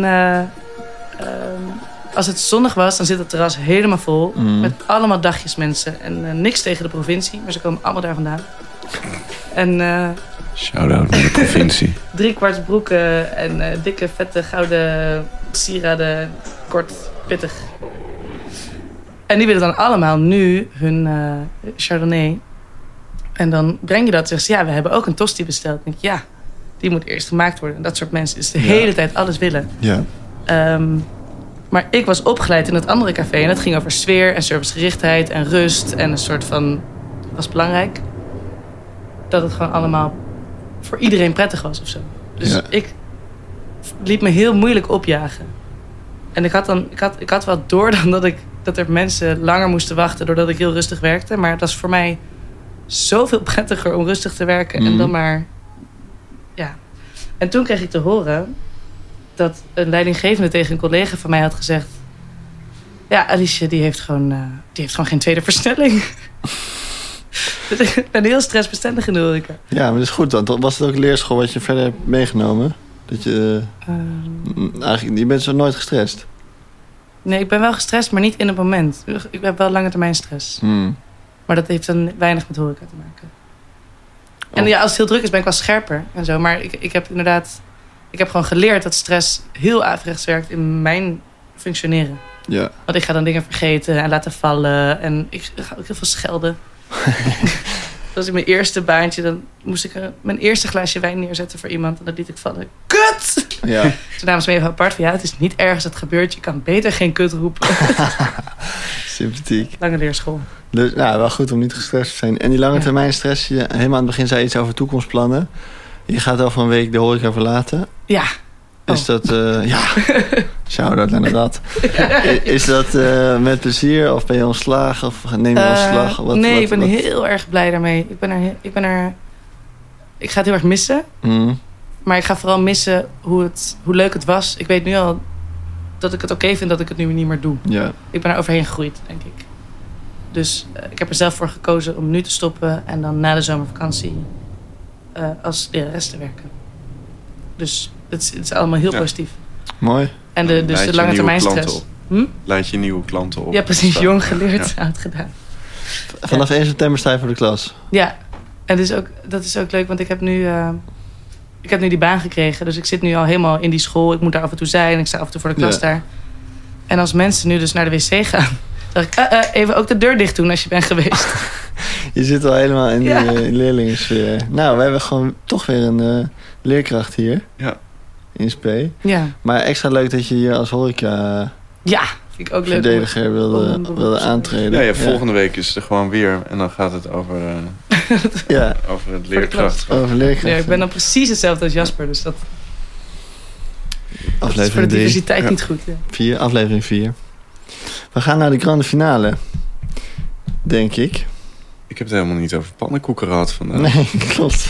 als het zonnig was, dan zit het terras helemaal vol. Met allemaal dagjes mensen. En niks tegen de provincie, maar ze komen allemaal daar vandaan. En... shout-out naar de provincie. 3/4 broeken en dikke, vette, gouden sieraden. Kort, pittig. En die willen dan allemaal nu hun Chardonnay. En dan breng je dat en zeggen ze, we hebben ook een tosti besteld. Dan denk ik, ja, die moet eerst gemaakt worden. En dat soort mensen is de hele tijd alles willen. Ja. Maar ik was opgeleid in het andere café. En dat ging over sfeer en servicegerichtheid en rust. En een soort van... Het was belangrijk dat het gewoon allemaal voor iedereen prettig was of zo. Dus ik liet me heel moeilijk opjagen. En ik had wel door dan dat er mensen langer moesten wachten doordat ik heel rustig werkte. Maar het was voor mij zoveel prettiger om rustig te werken. En dan maar... Ja. En toen kreeg ik te horen dat een leidinggevende tegen een collega van mij had gezegd... Ja, Alicia, die heeft gewoon geen tweede versnelling. Dus ik ben heel stressbestendig in de horeca. Ja, maar dat is goed dan. Was het ook leerschool wat je verder hebt meegenomen? Dat je... eigenlijk, je bent zo nooit gestrest? Nee, ik ben wel gestrest, maar niet in het moment. Ik heb wel lange termijn stress. Maar dat heeft dan weinig met horeca te maken. En ja, als het heel druk is, ben ik wel scherper en zo. Maar ik heb inderdaad... Ik heb gewoon geleerd dat stress heel averechts werkt in mijn functioneren. Ja. Want ik ga dan dingen vergeten en laten vallen. En ik ga ook heel veel schelden. Zoals in mijn eerste baantje, dan moest ik mijn eerste glaasje wijn neerzetten voor iemand. En dat liet ik vallen. Kut! Ja. Toen namen ze me even apart van... ja, het is niet ergens dat gebeurt. Je kan beter geen kut roepen. Sympathiek. Lange leerschool. Dus wel goed om niet gestrest te zijn. En die lange termijn stress, je helemaal aan het begin zei je iets over toekomstplannen. Je gaat over een week de horeca verlaten. Ja. Is dat... shout-out naar de rat. Is dat met plezier of ben je ontslagen of neem je ontslag? Ik ben heel erg blij daarmee. Ik ga het heel erg missen. Mm. Maar ik ga vooral missen hoe leuk het was. Ik weet nu al dat ik het oké vind dat ik het nu niet meer doe. Ja. Ik ben er overheen gegroeid, denk ik. Dus ik heb er zelf voor gekozen om nu te stoppen... en dan na de zomervakantie als lerares te werken. Dus het is allemaal heel positief. Mooi. En de lange termijn stress. Leid je nieuwe klanten op. Ja, precies. Jong geleerd, oud gedaan. Vanaf 1 september sta je voor de klas. Ja, en dat is ook leuk, want ik heb nu die baan gekregen. Dus ik zit nu al helemaal in die school. Ik moet daar af en toe zijn. Ik sta af en toe voor de klas daar. En als mensen nu dus naar de wc gaan... dacht ik, even ook de deur dicht doen als je bent geweest. Je zit al helemaal in die leerlingensfeer. Nou, we hebben gewoon toch weer een leerkracht hier. Ja. In SP. Ja. Maar extra leuk dat je hier als horeca... Ja, vind ik ook leuk. Verdediger wilde aantreden. Ja, volgende week is er gewoon weer. En dan gaat het over... over het leerkracht. Over leerkracht. Ja, ik ben dan precies hetzelfde als Jasper. Dus dat aflevering is voor de diversiteit 3. niet goed. Ja. Aflevering 4. We gaan naar de grande finale. Denk ik. Ik heb het helemaal niet over pannenkoeken gehad vandaag. Nee, klopt.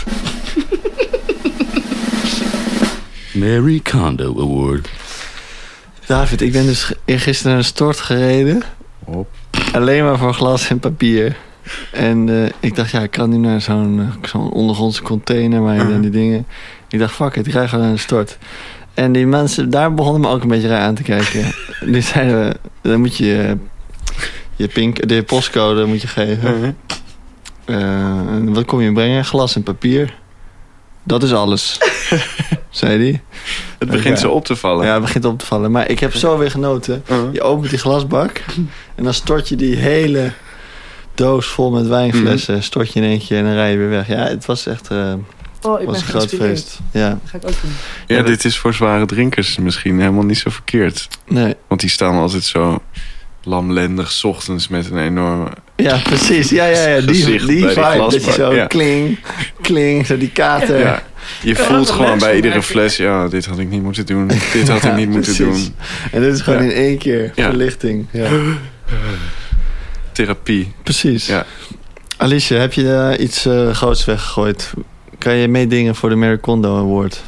Mary Kondo Award. David, ik ben dus eergisteren naar een stort gereden. Alleen maar voor glas en papier. En ik dacht, ik kan nu naar zo'n ondergrondse container, maar dan die dingen. Ik dacht, fuck it, ik rij gewoon naar de stort. En die mensen, daar begonnen me ook een beetje raar aan te kijken. Die zeiden, dan moet je de postcode moet je geven. En wat kom je brengen? Glas en papier. Dat is alles, zei hij. Het begint zo op te vallen. Ja, het begint op te vallen. Maar ik heb zo weer genoten. Je opent die glasbak en dan stort je die hele doos vol met wijnflessen. Stort je in eentje en dan rij je weer weg. Ja, het was echt was een groot feest. Ja. Dat ga ik ook doen. Ja, dit is voor zware drinkers misschien helemaal niet zo verkeerd. Nee. Want die staan altijd zo lamlendig 's ochtends met een enorme... Ja, precies. Ja. Die vibe. Dat je zo kling, zo die kater. Ja. Je voelt gewoon bij iedere fles... Ja, dit had ik niet moeten doen. Dit had ik niet moeten doen. En dit is gewoon in één keer verlichting. Ja. Therapie. Precies. Ja. Alicia, heb je iets groots weggegooid? Kan je meedingen voor de Mary Kondo Award?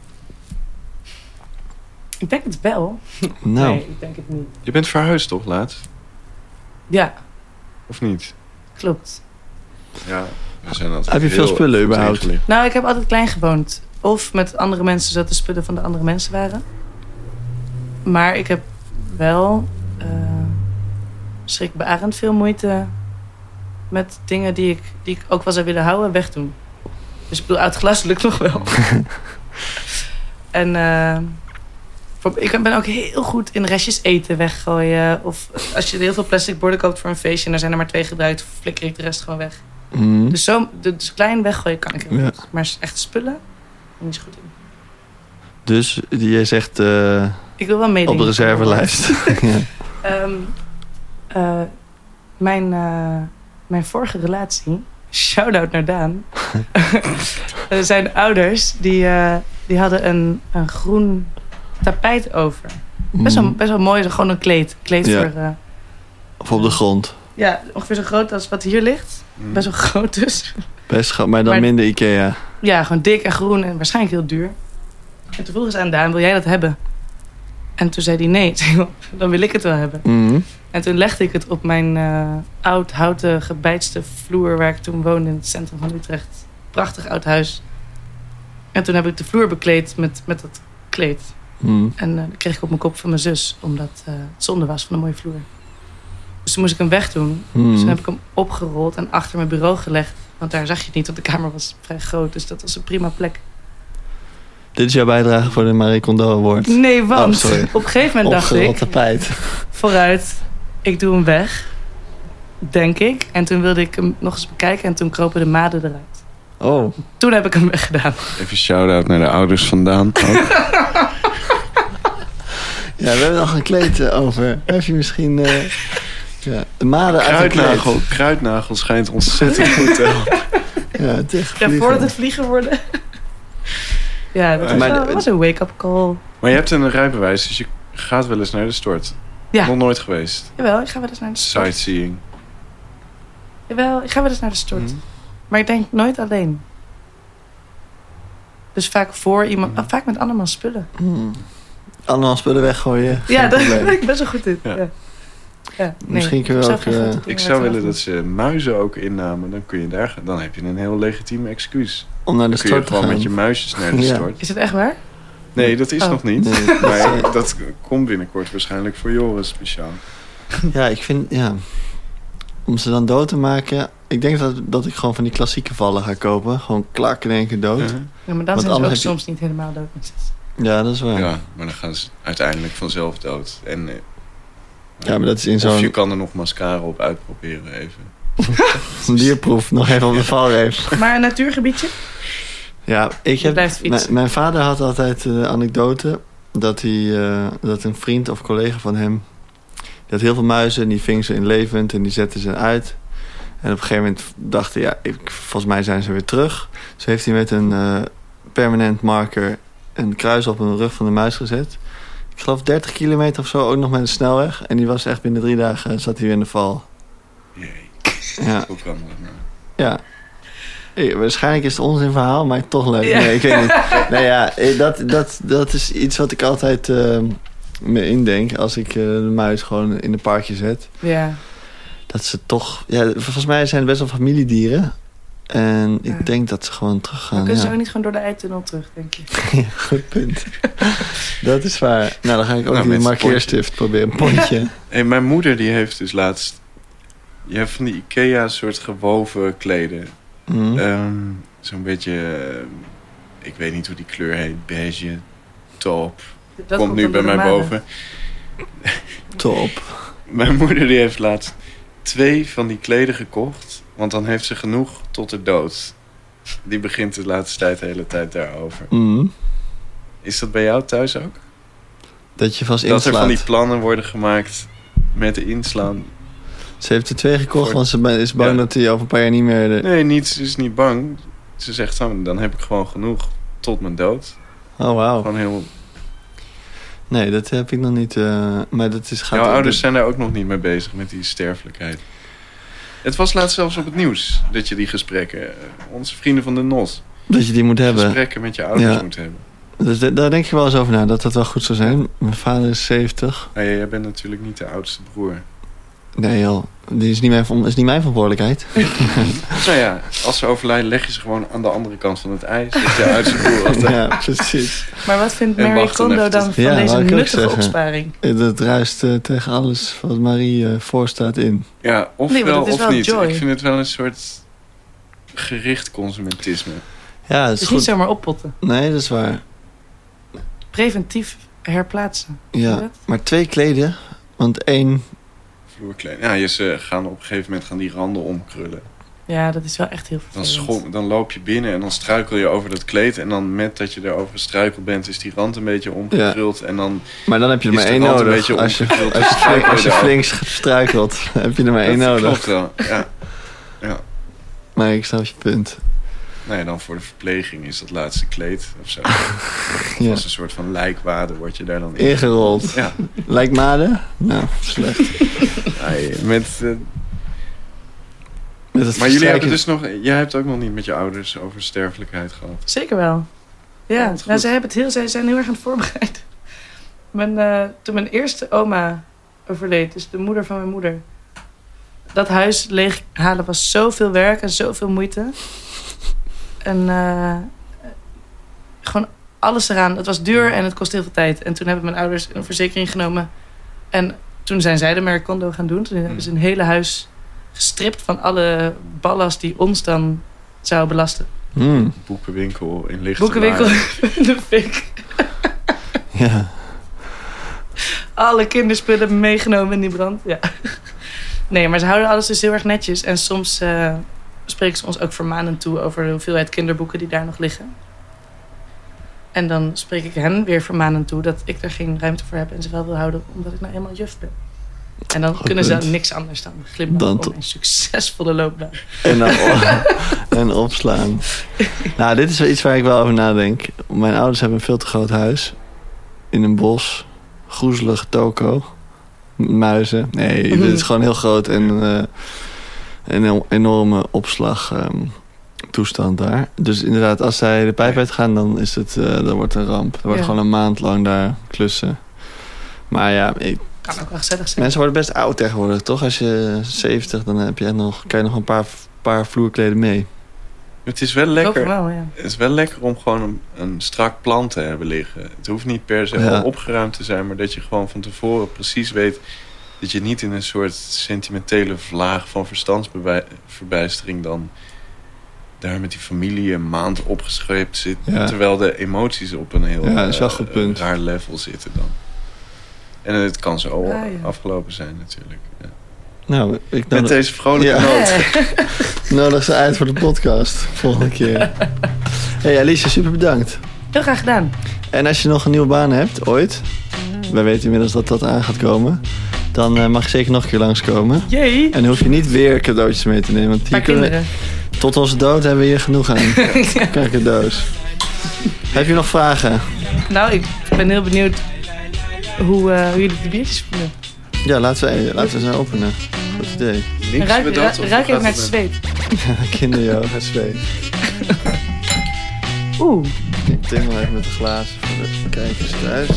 Ik denk het wel. Nou. Nee, ik denk het niet. Je bent verhuisd toch laatst? Ja. Of niet? Klopt. Ja. We zijn heb je veel spullen überhaupt? Ingelicht. Nou, ik heb altijd klein gewoond. Of met andere mensen, zodat de spullen van de andere mensen waren. Maar ik heb wel schrikbarend veel moeite met dingen die ik ook wel zou willen houden, wegdoen. Dus ik bedoel, uit glas lukt nog wel. En ik ben ook heel goed in restjes eten weggooien. Of als je heel veel plastic borden koopt voor een feestje en er zijn er maar 2 gebruikt, flikker ik de rest gewoon weg. Mm. Dus klein weggooien kan ik heel goed. Maar echt spullen, ben ik niet zo goed in. Dus jij zegt ik wil wel meedingen op de reservelijst. Mijn vorige relatie, shout-out naar Daan. Zijn ouders, die hadden een groen tapijt over. Best wel mooi, gewoon een kleed. Of op de grond. Ja, ongeveer zo groot als wat hier ligt. Best wel groot dus. Best groot, maar dan minder Ikea. Ja, gewoon dik en groen en waarschijnlijk heel duur. En toen vroegen ze aan Daan, wil jij dat hebben? En toen zei hij nee, dan wil ik het wel hebben. Mm. En toen legde ik het op mijn oud houten gebeitste vloer waar ik toen woonde in het centrum van Utrecht. Prachtig oud huis. En toen heb ik de vloer bekleed met dat kleed. Mm. En dat kreeg ik op mijn kop van mijn zus, omdat het zonde was van een mooie vloer. Dus toen moest ik hem wegdoen. Dus toen heb ik hem opgerold en achter mijn bureau gelegd. Want daar zag je het niet, want de kamer was vrij groot. Dus dat was een prima plek. Dit is jouw bijdrage voor de Marie Kondo Award. Nee, want op een gegeven moment dacht ik... tapijt. Vooruit, ik doe hem weg. Denk ik. En toen wilde ik hem nog eens bekijken. En toen kropen de maden eruit. Oh. Toen heb ik hem weggedaan. Even shout-out naar de ouders vandaan. Ja, we hebben nog een kleed over. Heb je misschien... de maden uit een kleed. Kruidnagel schijnt ontzettend goed te helpen. Ja, tegen vliegen. voordat het vliegen worden. Ja, dat was een wake-up call. Maar je hebt een rijbewijs, dus je gaat wel eens naar de stort. Ja. Nog nooit geweest. Jawel, ik ga wel eens naar de stort. Sightseeing. Jawel, ik ga wel eens naar de stort. Maar ik denk nooit alleen. Dus vaak voor iemand, vaak met andermans spullen. Allemaal spullen weggooien. Ja, daar ben ik best wel goed in. Ja. Nee, misschien kunnen we ook... Ik zou willen dat ze muizen ook innamen. Dan kun je dan heb je een heel legitiem excuus. Om naar de stort te gaan. Kun je gewoon met je muisjes naar de stort. Is het echt waar? Nee, dat is nog niet. Nee, maar dat komt binnenkort waarschijnlijk voor Joris speciaal. Ja, ik vind... Ja, om ze dan dood te maken... Ik denk dat ik gewoon van die klassieke vallen ga kopen. Gewoon klak in één keer dood. Ja, maar dan zijn ze ook soms niet helemaal dood. Ja, dat is waar. Ja, maar dan gaan ze uiteindelijk vanzelf dood. En, ja, maar dat is in of je kan er nog mascara op uitproberen even. Een dierproef, nog even op de valreep. Maar een natuurgebiedje? Ja, mijn vader had altijd de anekdote... dat een vriend of collega van hem... die had heel veel muizen en die ving ze in levend... en die zette ze uit... En op een gegeven moment dacht hij, volgens mij zijn ze weer terug. Dus heeft hij met een permanent marker een kruis op de rug van de muis gezet. Ik geloof 30 kilometer of zo, ook nog met een snelweg. En die was echt binnen 3 dagen, zat hij weer in de val. Jee, ja. Hoe kan dat nou? Ja. Waarschijnlijk is het onzin verhaal, maar toch leuk. Ja. Nee, ik weet niet. Nou ja, dat is iets wat ik altijd me indenk als ik de muis gewoon in een parkje zet. Ja. Dat ze toch... Ja, volgens mij zijn het best wel familiedieren. En ik denk dat ze gewoon terug gaan. Dan kunnen ze ook niet gewoon door de eitunnel terug, denk je. Ja, goed punt. Dat is waar. Nou, dan ga ik ook die markeerstift proberen. Een pontje. Hey, mijn moeder die heeft dus laatst... Je hebt van die Ikea soort gewoven kleden. Zo'n beetje... ik weet niet hoe die kleur heet. Beige, top. Dat komt nu bij mij boven. Top. Mijn moeder die heeft laatst 2 van die kleden gekocht. Want dan heeft ze genoeg tot de dood. Die begint de laatste tijd de hele tijd daarover. Is dat bij jou thuis ook? Dat je vast inslaat. Dat er van die plannen worden gemaakt met de inslaan. Ze heeft er 2 gekocht, want ze is bang dat hij over een paar jaar niet meer... Nee, ze is niet bang. Ze zegt dan heb ik gewoon genoeg tot mijn dood. Oh, wauw. Gewoon heel... Nee, dat heb ik nog niet. Maar dat is... Jouw ouders zijn daar ook nog niet mee bezig met die sterfelijkheid. Het was laatst zelfs op het nieuws dat je die gesprekken... onze vrienden van de NOS... Dat je die moet hebben. Gesprekken met je ouders moet hebben. Dus daar denk je wel eens over na, dat wel goed zou zijn. Mijn vader is 70. Ja, jij bent natuurlijk niet de oudste broer. Nee joh, die is niet mijn verantwoordelijkheid. Nou ja, als ze overlijden leg je ze gewoon aan de andere kant van het ijs. Dat je oudste broer altijd. Ja, precies. Maar wat vindt Marie Kondo dan van deze nuttige opsparing? Dat ruist tegen alles wat Marie voorstaat in. Ja, ofwel of niet. Joy. Ik vind het wel een soort gericht consumentisme. Ja, het is niet zomaar oppotten. Nee, dat is waar. Preventief herplaatsen. Ja, maar 2 kleden. Want 1... Vloerkleding. Ja, ze gaan op een gegeven moment die randen omkrullen. Ja, dat is wel echt heel vervelend. Dan loop je binnen en dan struikel je over dat kleed. En dan met dat je erover gestruikeld bent, is die rand een beetje omgekruld. Ja. En dan maar dan heb je er maar 1 nodig. Als je flink struikelt, heb je er maar 1 nodig. Klopt wel, ja. Maar ik snap je punt. Nee, dan voor de verpleging is dat laatste kleed of zo. Als een soort van lijkwade word je daar dan ingerold. Ja. Lijkmade? Nou, slecht. Maar jullie hebben dus jij hebt ook nog niet met je ouders over sterfelijkheid gehad. Zeker wel. Ja, zij zijn heel erg aan het voorbereiden. Toen mijn eerste oma overleed, dus de moeder van mijn moeder. Dat huis leeghalen was zoveel werk en zoveel moeite. En gewoon alles eraan. Het was duur en het kostte heel veel tijd. En toen hebben mijn ouders een verzekering genomen. En toen zijn zij de Marie Kondo gaan doen. Toen hebben ze een hele huis gestript van alle ballast die ons dan zou belasten. Boekenwinkel in Lichtenlaar. Boekenwinkel in de fik. Ja. Alle kinderspullen meegenomen in die brand. Ja. Nee, maar ze houden alles dus heel erg netjes. En soms spreken ze ons ook vermanend toe over de hoeveelheid kinderboeken die daar nog liggen. En dan spreek ik hen weer vermanend toe dat ik er geen ruimte voor heb en ze wel wil houden omdat ik nou eenmaal juf ben. En dan kunnen ze niks anders dan glimlachen om mijn succesvolle loopbaan. En opslaan. Nou, dit is wel iets waar ik wel over nadenk. Mijn ouders hebben een veel te groot huis. In een bos. Groezelige toko. Muizen. Nee, dit is gewoon heel groot en een enorme opslag toestand daar. Dus inderdaad, als zij de pijp uitgaan, dan is het, dan wordt het een ramp. Er wordt gewoon een maand lang daar klussen. Maar ja, kan ook wel gezellig zijn. Mensen worden best oud tegenwoordig, toch? Als je 70, dan heb je kan je nog een paar vloerkleden mee. Het is wel lekker. Wel, ja. Het is wel lekker om gewoon een strak plan te hebben liggen. Het hoeft niet per se al opgeruimd te zijn, maar dat je gewoon van tevoren precies weet dat je niet in een soort sentimentele vlaag van verstandsverbijstering dan daar met die familie een maand opgescheept zit, terwijl de emoties op een heel raar level zitten dan. En het kan zo afgelopen zijn natuurlijk. Ja. Nou, met deze vrolijke noot. Nodig ze uit voor de podcast volgende keer. Hey Alicia, super bedankt. Heel graag gedaan. En als je nog een nieuwe baan hebt, ooit, wij weten inmiddels dat dat aan gaat komen, dan mag je zeker nog een keer langskomen. Jee. En dan hoef je niet weer cadeautjes mee te nemen. Want hier kunnen tot onze dood hebben we hier genoeg aan. Cadeaus. Heb je nog vragen? Nou, ik ben heel benieuwd hoe jullie de biertjes voelen. Ja, laten we ze openen. Goed idee. Ruik even naar het zweet. Kinderyoga, zweet. Oeh. Ik tingel even met de glazen voor de kijkers thuis.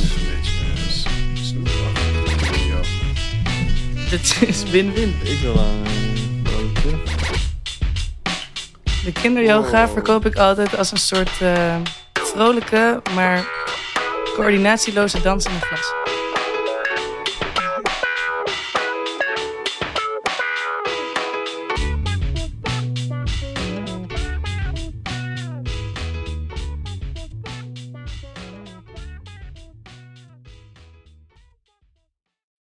Dit is win-win. Ik wil een broodje. De kinderyoga verkoop ik altijd als een soort vrolijke, maar coördinatieloze dans in een glas.